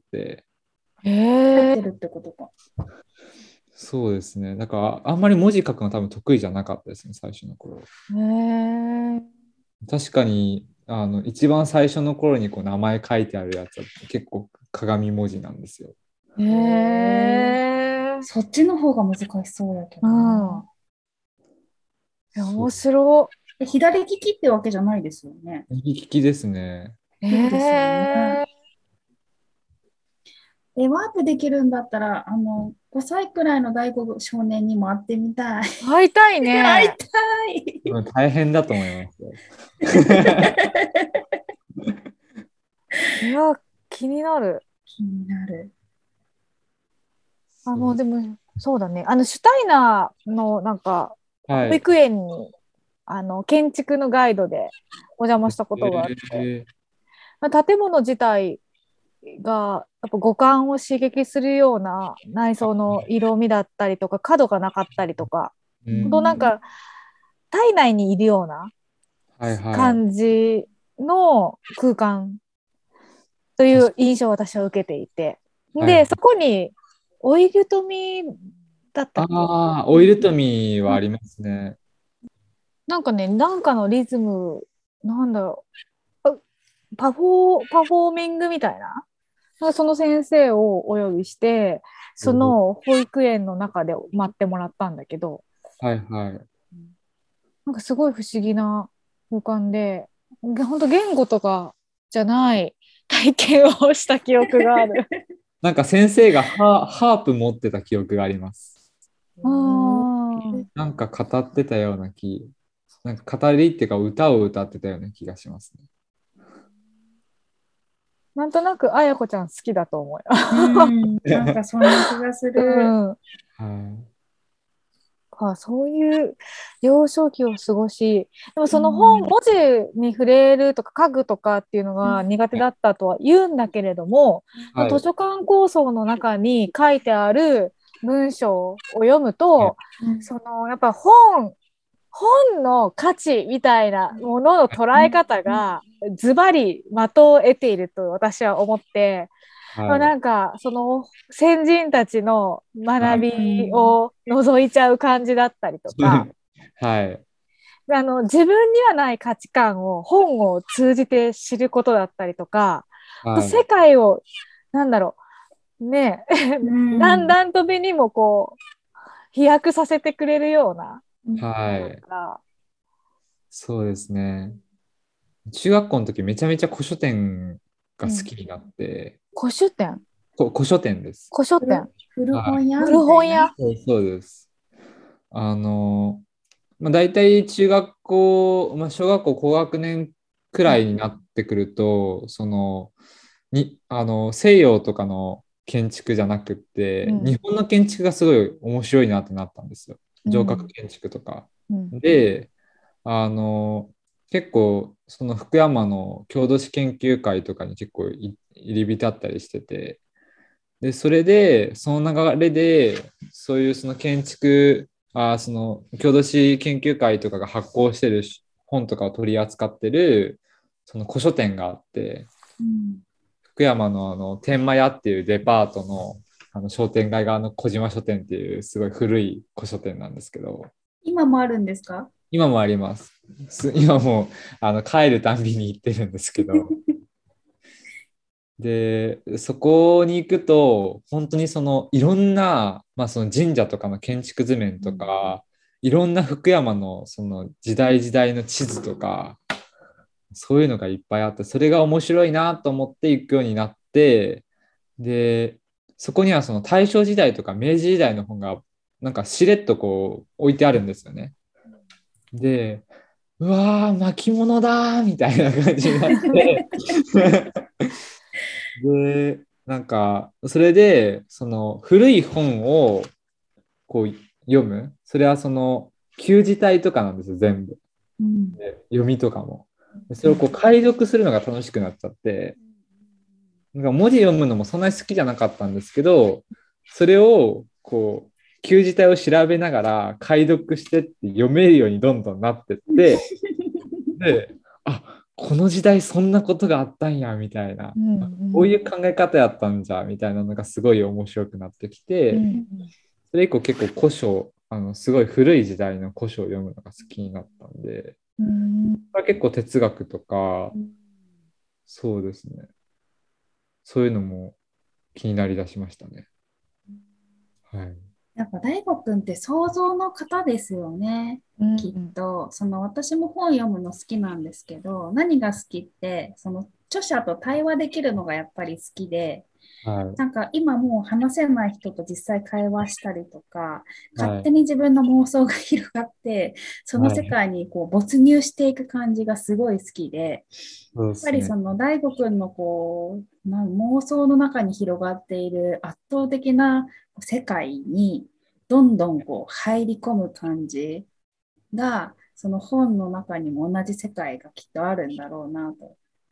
へえ。 入ってるってことか。 そうですね。だから、あんまり文字書くの多分得意じゃなかったですね、最初の頃。 へえ。 確かに、あの、一番最初の頃にこう名前書いてあるやつは結構鏡文字なんですよ。 へえ。 そっちの方が難しそうだけどな。 いや面白え左利きってわけじゃないですよね。 右利きですね。 い。 そうですよへね。 え。 え、ワープできるんだったら、あの、ごさいくらいの大悟少年にも会ってみたい。 会いたい会いね。 たい。 うん大変だと思いますよ。 いや、気になる。 気になる。 あ、もうでも、そうだね。あの、シュタイナーの、なんか、 はい。 保育園に、あの、建築のガイドでお邪魔したことがあって、 えーまあ、建物自体がやっぱ五感を刺激するような内装の色味だったりとか角がなかったりとか、 うん本当なんか体内にいるようなはいはい。 感じの空間という印象を私は受けていて、 はいでそこにオイルトミだったっけ、 ああ、オイルトミーはありますね。 なんかね、なんかのリズム、なんだろう、あパフォー、パフォーミングみたいな、なんかその先生をお呼びして、その保育園の中で待ってもらったんだけど、 はいはい。 なんかすごい不思議な空間で、本当言語とかじゃない体験をした記憶がある。 なんか先生がハ、ハープ持ってた記憶があります。 あーなんか語ってたような気、なんか語りっていうか歌を歌ってたような気がしますね。 なんとなくあやこちゃん好きだと思うよ。 うん、なんかそんな気がする。 うんはい。 かそういう幼少期を過ごし、でもその本、文字に触れるとか家具とかっていうのが苦手だったとは言うんだけれども、 はい図書館構想の中に書いてある文章を読むと、 うんそのやっぱ本本の価値みたいなものの捉え方がズバリ的を得ていると私は思って、まあ、 はいなんかその先人たちの学びうんを覗いちゃう感じだったりとか、 はいあの自分にはない価値観を本を通じて知ることだったりとか、 はい世界をなんだろうね、 うんだんだんと目にもこう飛躍させてくれるような、 はいだからそうですね。中学校の時めちゃめちゃ古書店が好きになって、 古書店こ古書店です。 古書店古本屋古本屋そうそうです。あの、まあ、大体中学校、まあ、小学校高学年くらいになってくると、そのにあの西洋とかの建築じゃなくって、 うん日本の建築がすごい面白いなってなったんですよ。城郭建築とか。 うんで、あの結構その福山の郷土史研究会とかに結構い入り浸ったりしてて、でそれでその流れでそういうその建築あその郷土史研究会とかが発行してる本とかを取り扱ってるその古書店があって、 うん福山のあの天満屋っていうデパートのあの商店街側の小島書店っていうすごい古い古書店なんですけど、 今もあるんですか？ 今もあります。す今もあの帰るたんびに行ってるんですけどでそこに行くと本当にそのいろんな、まあ、その神社とかの建築図面とか、いろんな福山のその時代時代の地図とかそういうのがいっぱいあって、それが面白いなと思って行くようになって、でそこにはその大正時代とか明治時代の本がなんかしれっとこう置いてあるんですよね。でうわー巻物だーみたいな感じになってでなんかそれでその古い本をこう読む、それはその旧字体とかなんですよ全部。 うんで読みとかもでそれをこう解読するのが楽しくなっちゃって、なんか文字読むのもそんなに好きじゃなかったんですけど、それをこう旧字体を調べながら解読してって読めるようにどんどんなってってで、あ、この時代そんなことがあったんやみたいな、 うんうんこういう考え方やったんじゃみたいなのがすごい面白くなってきて、 うんそれ以降結構古書、あのすごい古い時代の古書を読むのが好きになったんで、 うんこれは結構哲学とか、そうですね、そういうのも気になりだしましたね。はい。 やっぱ大悟くんって想像の方ですよね。 うんきっとその私も本読むの好きなんですけど、何が好きってその著者と対話できるのがやっぱり好きで、 はい。 なんか今もう話せない人と実際会話したりとか、 はい勝手に自分の妄想が広がってその世界にこう没入していく感じがすごい好きで、 そうですねやっぱりそ。の大悟くんのこうなん妄想の中に広がっている圧倒的な世界にどんどんこう入り込む感じが、その本の中にも同じ世界がきっとあるんだろうなと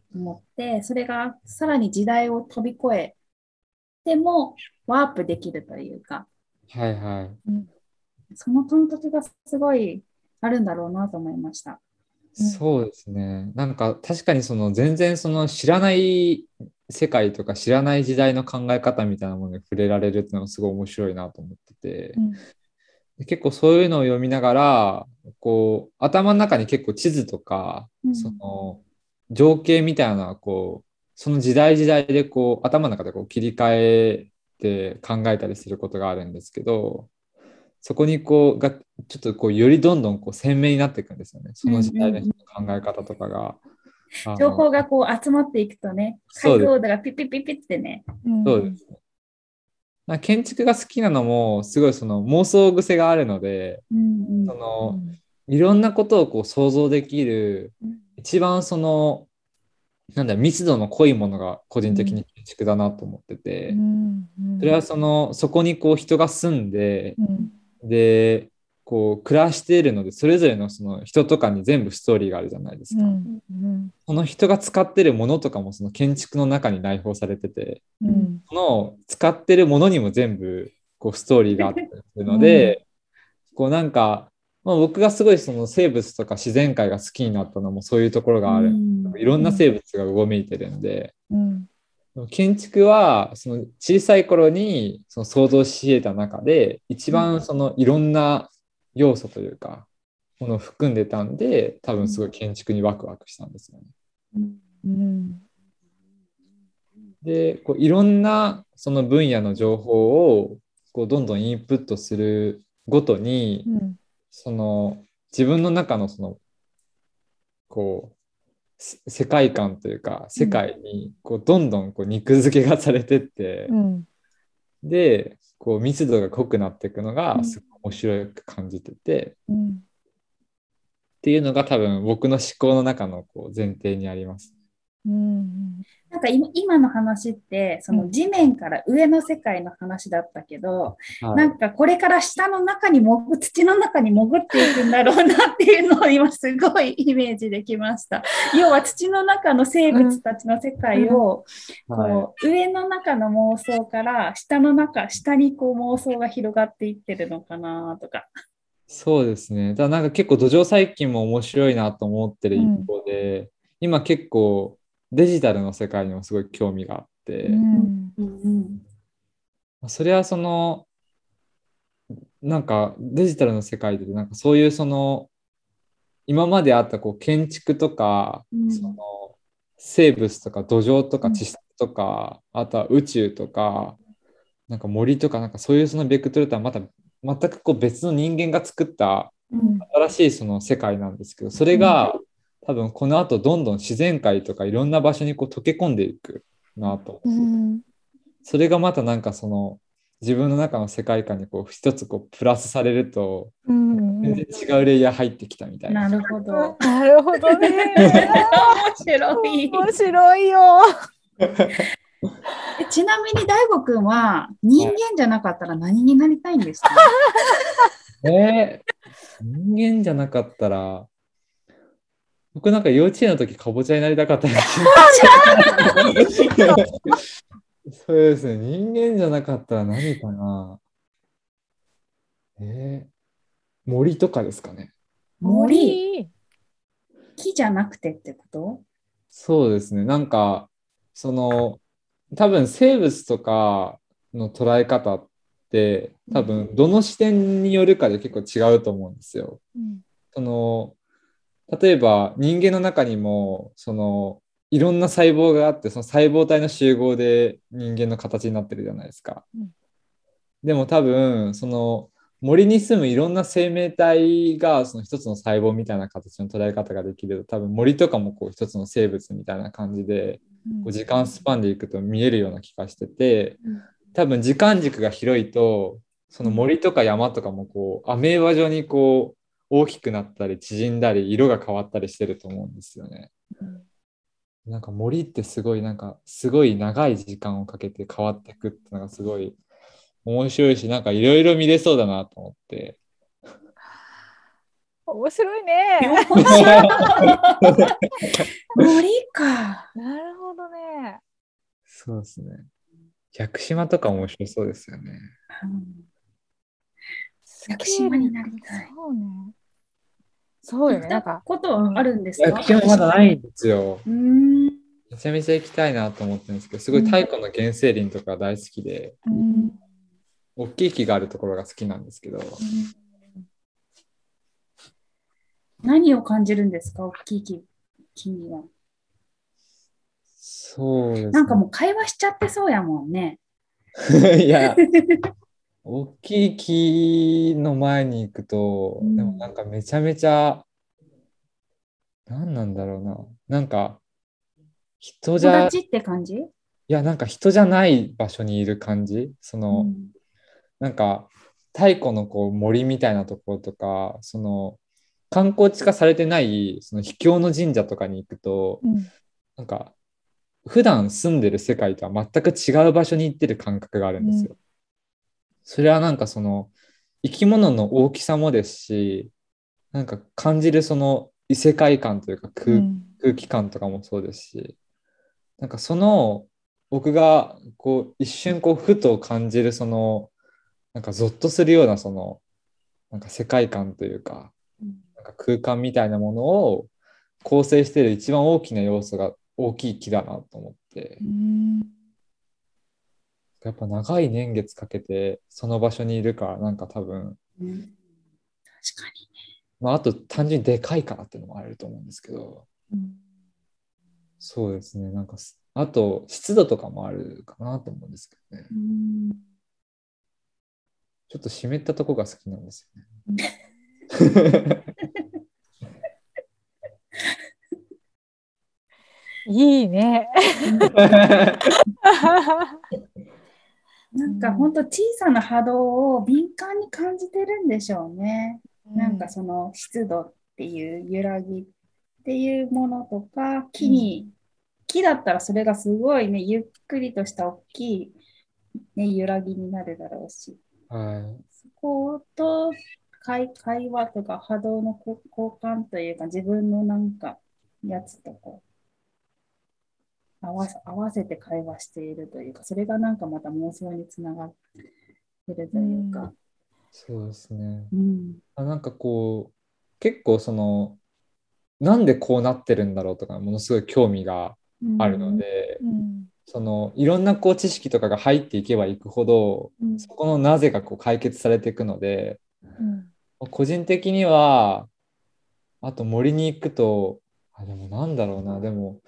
思って、それがさらに時代を飛び越えてもワープできるというか、 はいはい。 うんその感覚がすごいあるんだろうなと思いました。 そうですね。なんか確かにその全然その知らない世界とか知らない時代の考え方みたいなものに触れられるっていうのがすごい面白いなと思ってて、 うんで結構そういうのを読みながら、こう頭の中に結構地図とか、 うんその情景みたいなのはこう、その時代時代でこう頭の中でこう切り替えて考えたりすることがあるんですけど、そこにこうがちょっとこうよりどんどんこう鮮明になっていくんですよね。その時代の人の考え方とかが。あ情の報がこう集まっていくとね、解像度がピッピッピッピッってね。 うんそうですね。なんか建築が好きなのもすごいその妄想癖があるので、 うんそのいろんなことをこう想像できる一番そのなんだ密度の濃いものが個人的に建築だなと思ってうて、 んうんそれはそのそこにこう人が住んで、 うんでこう暮らしているので、それぞれのその人とかに全部ストーリーがあるじゃないですか。 うんうんその人が使ってるものとかもその建築の中に内包されてて、 うんその使ってるものにも全部こうストーリーがあったりするので、こうなんか、まあ、僕がすごいその生物とか自然界が好きになったのもそういうところがある。いろんな生物がうごめいてるんで、 うん建築はその小さい頃にその想像し得た中で一番そのいろんな要素というかものを含んでたんで、多分すごい建築にワクワクしたんですよね。 うんで、こういろんなその分野の情報をこうどんどんインプットするごとに、 うんその自分の中のそのこうせ世界観というか世界にこうどんどんこう肉付けがされてって、 うんでこう密度が濃くなっていくのがすごい面白く感じてて、 うんっていうのが多分僕の思考の中のこう前提にあります。 うんなんか今今の話ってその地面から上の世界の話だったけど、 はい、 なんかこれから下の中に潜土の中に潜っていくんだろうなっていうのを今すごいイメージできました。要は土の中の生物たちの世界を、 うんはい、 こう上の中の妄想から下の中下にこう妄想が広がっていってるのかなとか。 そうですね。だからなんか結構土壌細菌も面白いなと思ってる一方で、うん、今結構デジタルの世界にもすごい興味があって、 うんうんうん、それはそのなんかデジタルの世界でなんかそういうその今まであったこう建築とか、うん、その生物とか土壌とか地質とか、うん、あとは宇宙とかなんか森とかなんかそういうそのベクトルとはまた全くこう別の人間が作った新しいその世界なんですけど、それが多分この後どんどん自然界とかいろんな場所にこう溶け込んでいくなと、うん、それがまたなんかその自分の中の世界観にこう一つこうプラスされると、うん、全然違うレイヤー入ってきたみたいな。 なるほど。 なるほどね。 面白い。 面白いよ。 ちなみに大悟くんは人間じゃなかったら何になりたいんですか？ えー、人間じゃなかったら僕なんか幼稚園の時かぼちゃになりたかったですそうですね。人間じゃなかったら何かな。えー、森とかですかね。 森？木じゃなくてってこと？ そうですね。なんかその多分生物とかの捉え方って多分どの視点によるかで結構違うと思うんですよ。うん、その例えば人間の中にもそのいろんな細胞があって、その細胞体の集合で人間の形になってるじゃないですか。うん、でも多分その森に住むいろんな生命体がその一つの細胞みたいな形の捉え方ができると、多分森とかもこう一つの生物みたいな感じで、こう時間スパンでいくと見えるような気がしてて、多分時間軸が広いとその森とか山とかもこうアメーバ状にこう大きくなったり縮んだり色が変わったりしてると思うんですよね。なんか森ってすごいなんかすごい長い時間をかけて変わっていくってのがすごい面白いし、なんかいろいろ見れそうだなと思って。 面白いね。 面白い。森か。 なるほどね。 そうですね。屋久島とか面白そうですよね。 うんスケール屋久島になりたい。 そうね。そうよね。なん行ったか、 ことはあるんですか？ 屋久島まだないんですよ。 うーん。 めちゃめちゃ行きたいなと思ってるんですけど、すごいうん太古の原生林とか大好きで、 うん、 大きい木があるところが好きなんですけど、 何を感じるんですか？大きい木木には。 そうですね。 なんかもう会話しちゃってそうやもんね。 いや、大きい木の前に行くと、 うんでもなんかめちゃめちゃ、何なんだろうな。なんか人じゃ、い友達って感じ？ や、なんか人じゃない場所にいる感じ。その、 うんなんか太古のこう森みたいなところとか、その観光地化されてないその秘境の神社とかに行くと、 うん、 なんか普段住んでる世界とは全く違う場所に行ってる感覚があるんですよ。それはなんかその生き物の大きさもですし、なんか感じるその異世界観というか空、 うん、 空気感とかもそうですし、なんかその僕がこう一瞬こうふと感じるそのなんかゾッとするようなそのなんか世界観というか、なんか空間みたいなものを構成している一番大きな要素が大きい木だなと思って、 うん、 やっぱ長い年月かけてその場所にいるからなんか多分、 うん確かに。 まあ、あと単純にでかいからっていうのもあると思うんですけど、そうですね、なんかあと湿度とかもあるかなと思うんですけどね。 うんちょっと湿ったとこが好きなんですよね。 いいね。 なんか本当小さな波動を敏感に感じてるんでしょうね。なんかその湿度っていう揺らぎっていうものとか、木に、木だったらそれがすごいね、ゆっくりとした大きい、ね、揺らぎになるだろうし、 はい。 そこと会、会話とか波動のこ交換というか、自分のなんかやつとこう合わせ、合わせて会話しているというか、それがなんかまた妄想につながってるというか、 そうですね。 うんあ、なんかこう、結構その、なんでこうなってるんだろうとか、ものすごい興味があるので、 うん、 その、いろんなこう知識とかが入っていけばいくほど、 うんそこのなぜがこう解決されていくので、 うん、 個人的には、あと森に行くと、あ、でもなんだろうな、でも、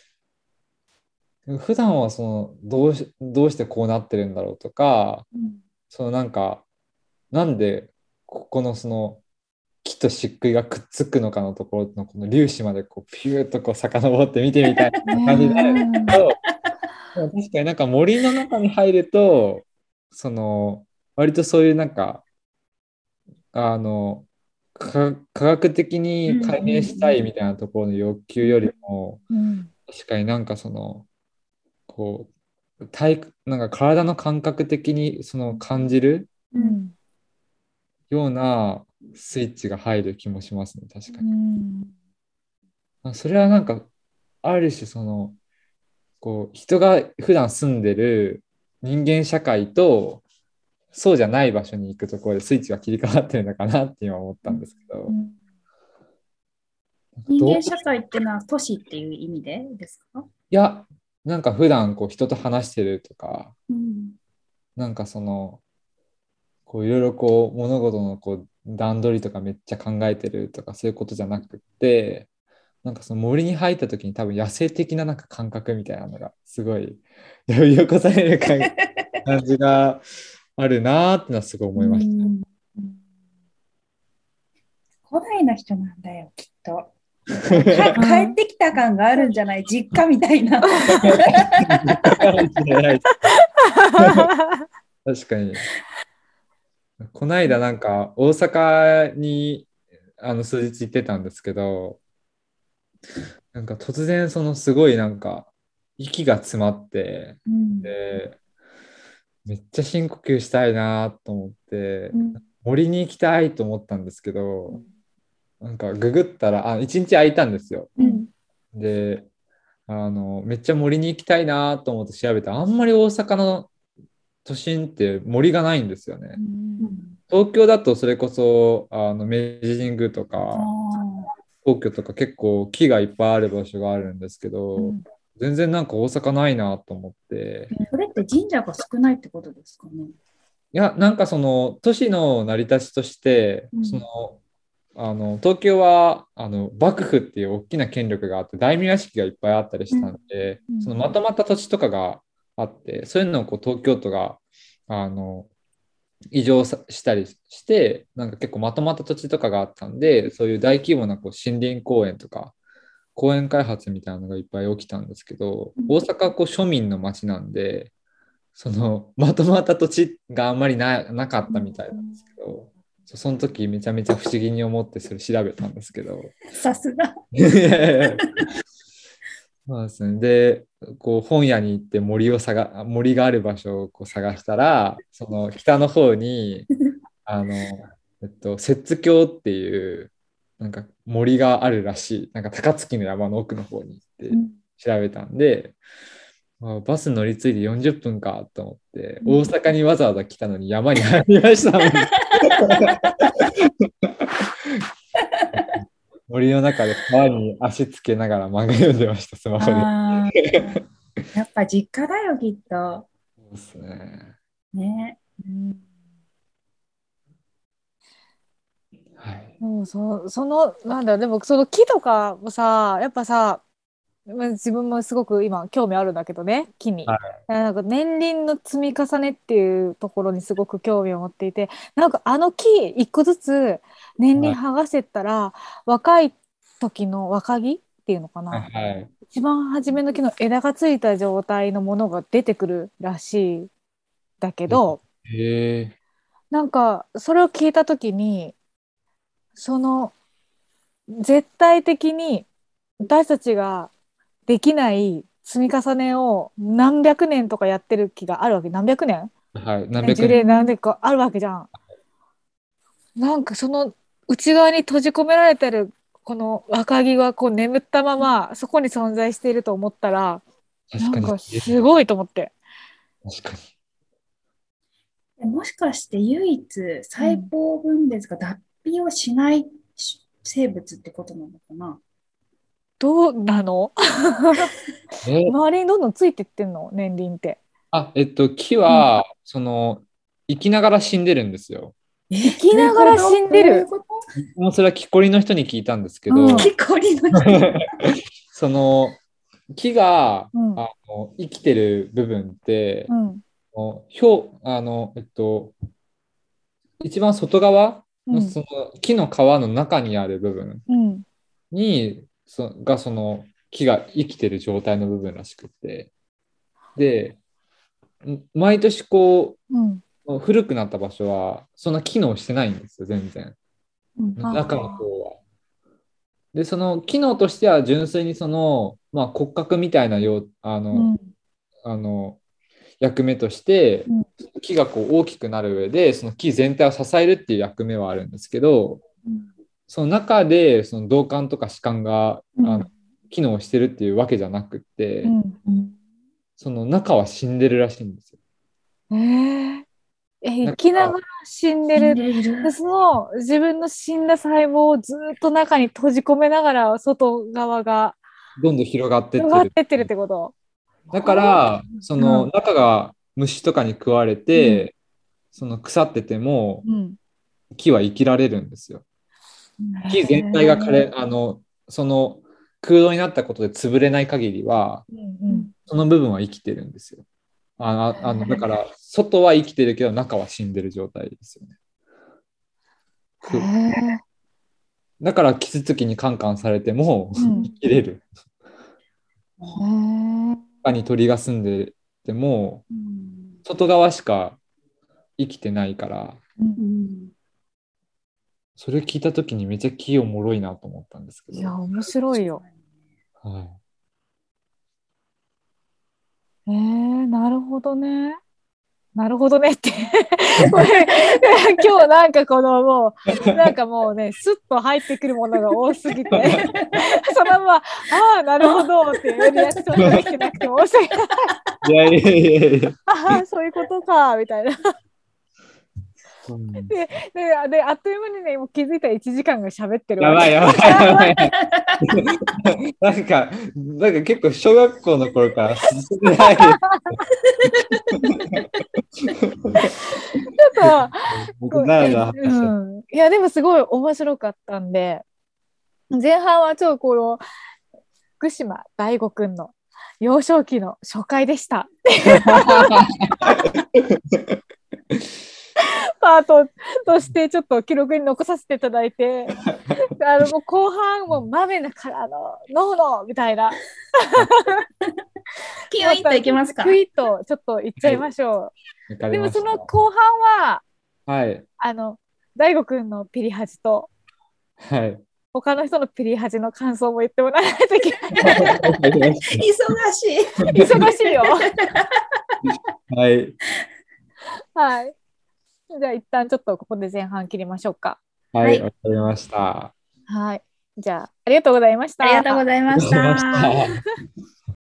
普段はその、どうし、どうしてこうなってるんだろうとか、そのなんか、なんでここのその木と漆喰がくっつくのかのところのこの粒子までこうピューッとこう遡って見てみたいな感じになるんですけど、でも確かになんか森の中に入るとその割とそういうなんかあのか科学的に解明したいみたいなところの欲求よりも、 うん、 確かになんかそのこう体なんか体の感覚的にその感じるうん、 ようなスイッチが入る気もしますね、確かうに。 ん、 あ、それはなんか、ある種その、こう、人が普段住んでる人間社会と、そうじゃない場所に行くところでスイッチが切り替わってるのかなって今思ったんですけど、なんかどう、い人間社会ってのは都市っていう意味でですか？ や、なんか普段こう人と話してるとか、 うんなんかその、こういろいろこう物事のこう段取りとかめっちゃ考えてるとかそういうことじゃなくって、なんかその森に入った時に多分野生的ななんか感覚みたいなのがすごい呼び起こされる感感じがあるなーってのはすごい思いました。 うん古代の人なんだよ、きっと。か帰ってきた感があるんじゃない？実家みたいな。 確かに。この間なんか大阪にあの数日行ってたんですけど、なんか突然そのすごいなんか息が詰まって、 うんでめっちゃ深呼吸したいなと思って、 うん森に行きたいと思ったんですけど、 なんかググったら、あ、一日空いたんですよ。 うん。 で、あの、めっちゃ森に行きたいなと思って調べたら、あんまり大阪の都心って森がないんですよね。東京だとそれこそあの明治神宮とか皇居とか結構木がいっぱいある場所があるんですけど、 うん全然なんか大阪ないなと思って、 それって神社が少ないってことですかね。 いや、なんかその都市の成り立ちとして、 うんそのあの東京はあの幕府っていう大きな権力があって大名屋敷がいっぱいあったりしたんで、 うんそのまとまった土地とかがあって、そういうのをこう東京都があの移乗さしたりして、なんか結構まとまった土地とかがあったんで、そういう大規模なこう森林公園とか公園開発みたいなのがいっぱい起きたんですけど、大阪はこう庶民の街なんで、そのまとまった土地があんまりな、なかったみたいなんですけど、そその時めちゃめちゃ不思議に思ってそれ調べたんですけど、 さすが。 いやいやいやそうですね。で、こう本屋に行って森を探、森がある場所をこう探したら、その北の方に、あの、えっと、摂津峡っていうなんか森があるらしい。なんか高槻の山の奥の方に行って調べたんで、まあバス乗り継いでよんじゅっぷんかと思って、大阪にわざわざ来たのに山に入りましたもん。森の中で川に足つけながら漫画読んでました、スマホで。 あーやっぱ実家だよ、きっと。 そうですね。 ね。 うんはい。 そうそう、その、なんだろう、でもその木とかもさ、やっぱさ、まあ自分もすごく今興味あるんだけどね、木に。 はなんか年輪の積み重ねっていうところにすごく興味を持っていて、なんかあの木一個ずつ年輪剥がしてったら、若い時の若木っていうのかはいな。 はい。 一番初めの木の枝がついた状態のものが出てくるらしいんだけど、 へえ。 なんかそれを聞いた時に、その絶対的に私たちができない積み重ねを何百年とかやってる木があるわけ。何百年はい。何何十百年。 年何年かあるわけじゃん。なんかその内側に閉じ込められてるこの若木がこう眠ったままそこに存在していると思ったら、 確かに。 なんかすごいと思って。 確かに。 もしかして唯一細胞分裂が脱皮をしない生物ってことなのかな。 どうなの？ え、 周りにどんどんついてってんの年輪って。 あ、えっと、木は、その、生きながら死んでるんですよ。 生きながら死んでる。 もうそれは木こりの人に聞いたんですけど、 うん木こりの人。 その、木が、 うんあの生きてる部分って、 うんもう表、あの、えっと、一番外側の、 うんその木の皮の中にある部分うんに、そがその木が生きてる状態の部分らしくて、で、ん毎年こうんう、古くなった場所は、そんな機能してないんですよ、全然。 うん中の方は。で、その機能としては純粋にその、まあ、骨格みたいなようあの、 うんあの役目としてうん木がこう大きくなる上でその木全体を支えるっていう役目はあるんですけど、その中でその導管とか歯管が、 うんあの機能してるっていうわけじゃなくって、 うんその中は死んでるらしいんですよ。 えー、え生だからきながら死んで死んる。 でいる。 でその自分の死んだ細胞をずっと中に閉じ込めながら外側がどんどん広がってっ広てる。 がってってるってこと。 だからそのうん中が虫とかに食われて、その腐っててもうん木は生きられるんですよ。木全体が枯れ、あの、その空洞になったことで潰れない限りは、 うんうんその部分は生きてるんですよ。あああのだから、外は生きてるけど、中は死んでる状態ですよね。くへだから、キツツキにカンカンされても、 うん生きれる。 ーへー中に鳥が住んでても、 うん外側しか生きてないから、 うんうんそれ聞いたときにめっちゃ木おもろいなと思ったんですけど。 いや面白いよ。 はいえー、なるほどね。 なるほどねってこれ今日なんかこのもうなんかもうねスッと入ってくるものが多すぎてそのままああなるほどっていうリアクションができてなくて申し訳ないいやいやいやいや。 ああそういうことかみたいなうんででであっという間にねもう気づいたらいちじかんが喋ってるやばいやばいやばい。なんか、なんか結構小学校の頃から進んでない。 ちょっと僕なら話してうん、いやでもすごい面白かったんで前半はちょっとこの福島大吾くんの幼少期の初回でしたパートとしてちょっと記録に残させていただいてあのもう後半も豆だからのノーノーみたいなキュイッといきますか。 キュイッとちょっといっちゃいましょう、 わかでもりましたその後半ははい。 あの大吾くんのピリハジとはい。 他の人のピリハジの感想も言ってもらわないといけない忙しい。 忙しいよはい。 はいじゃあ一旦ちょっとここで前半切りましょうかは、 はいいわかりました。 はいじゃあありがとうございましたありがとうございましありがとうございた。 ました。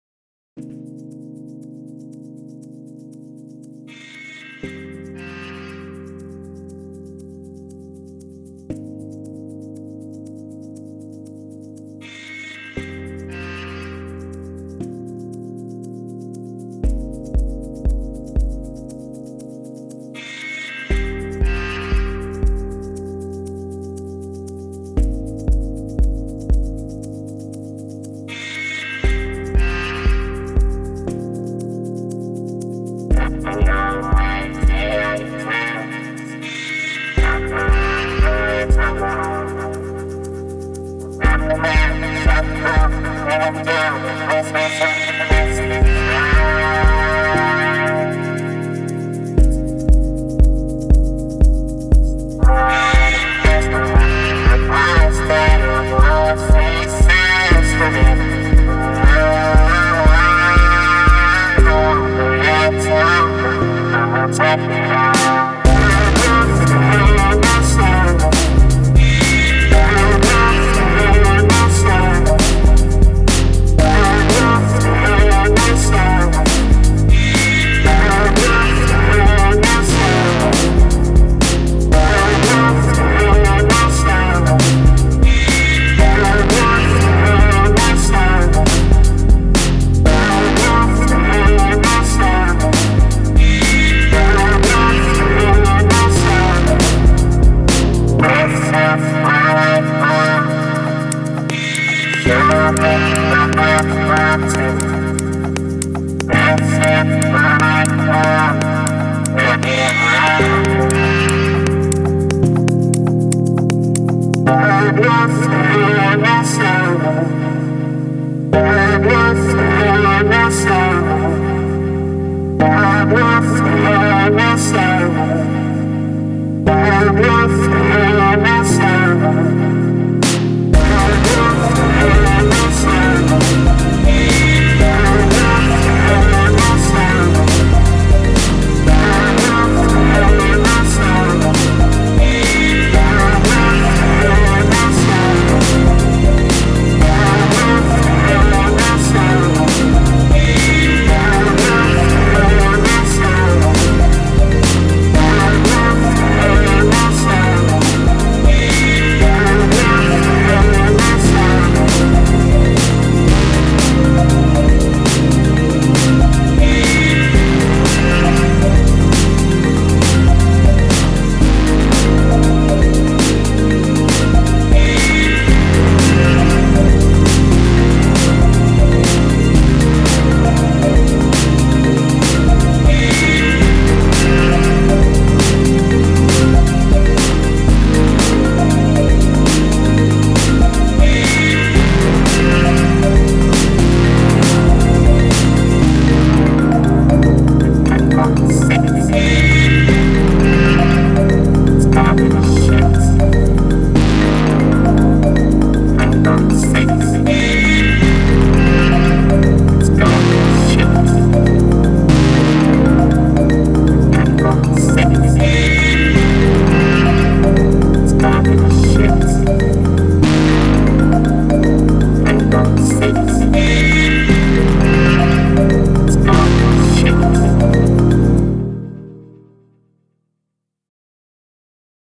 That's it,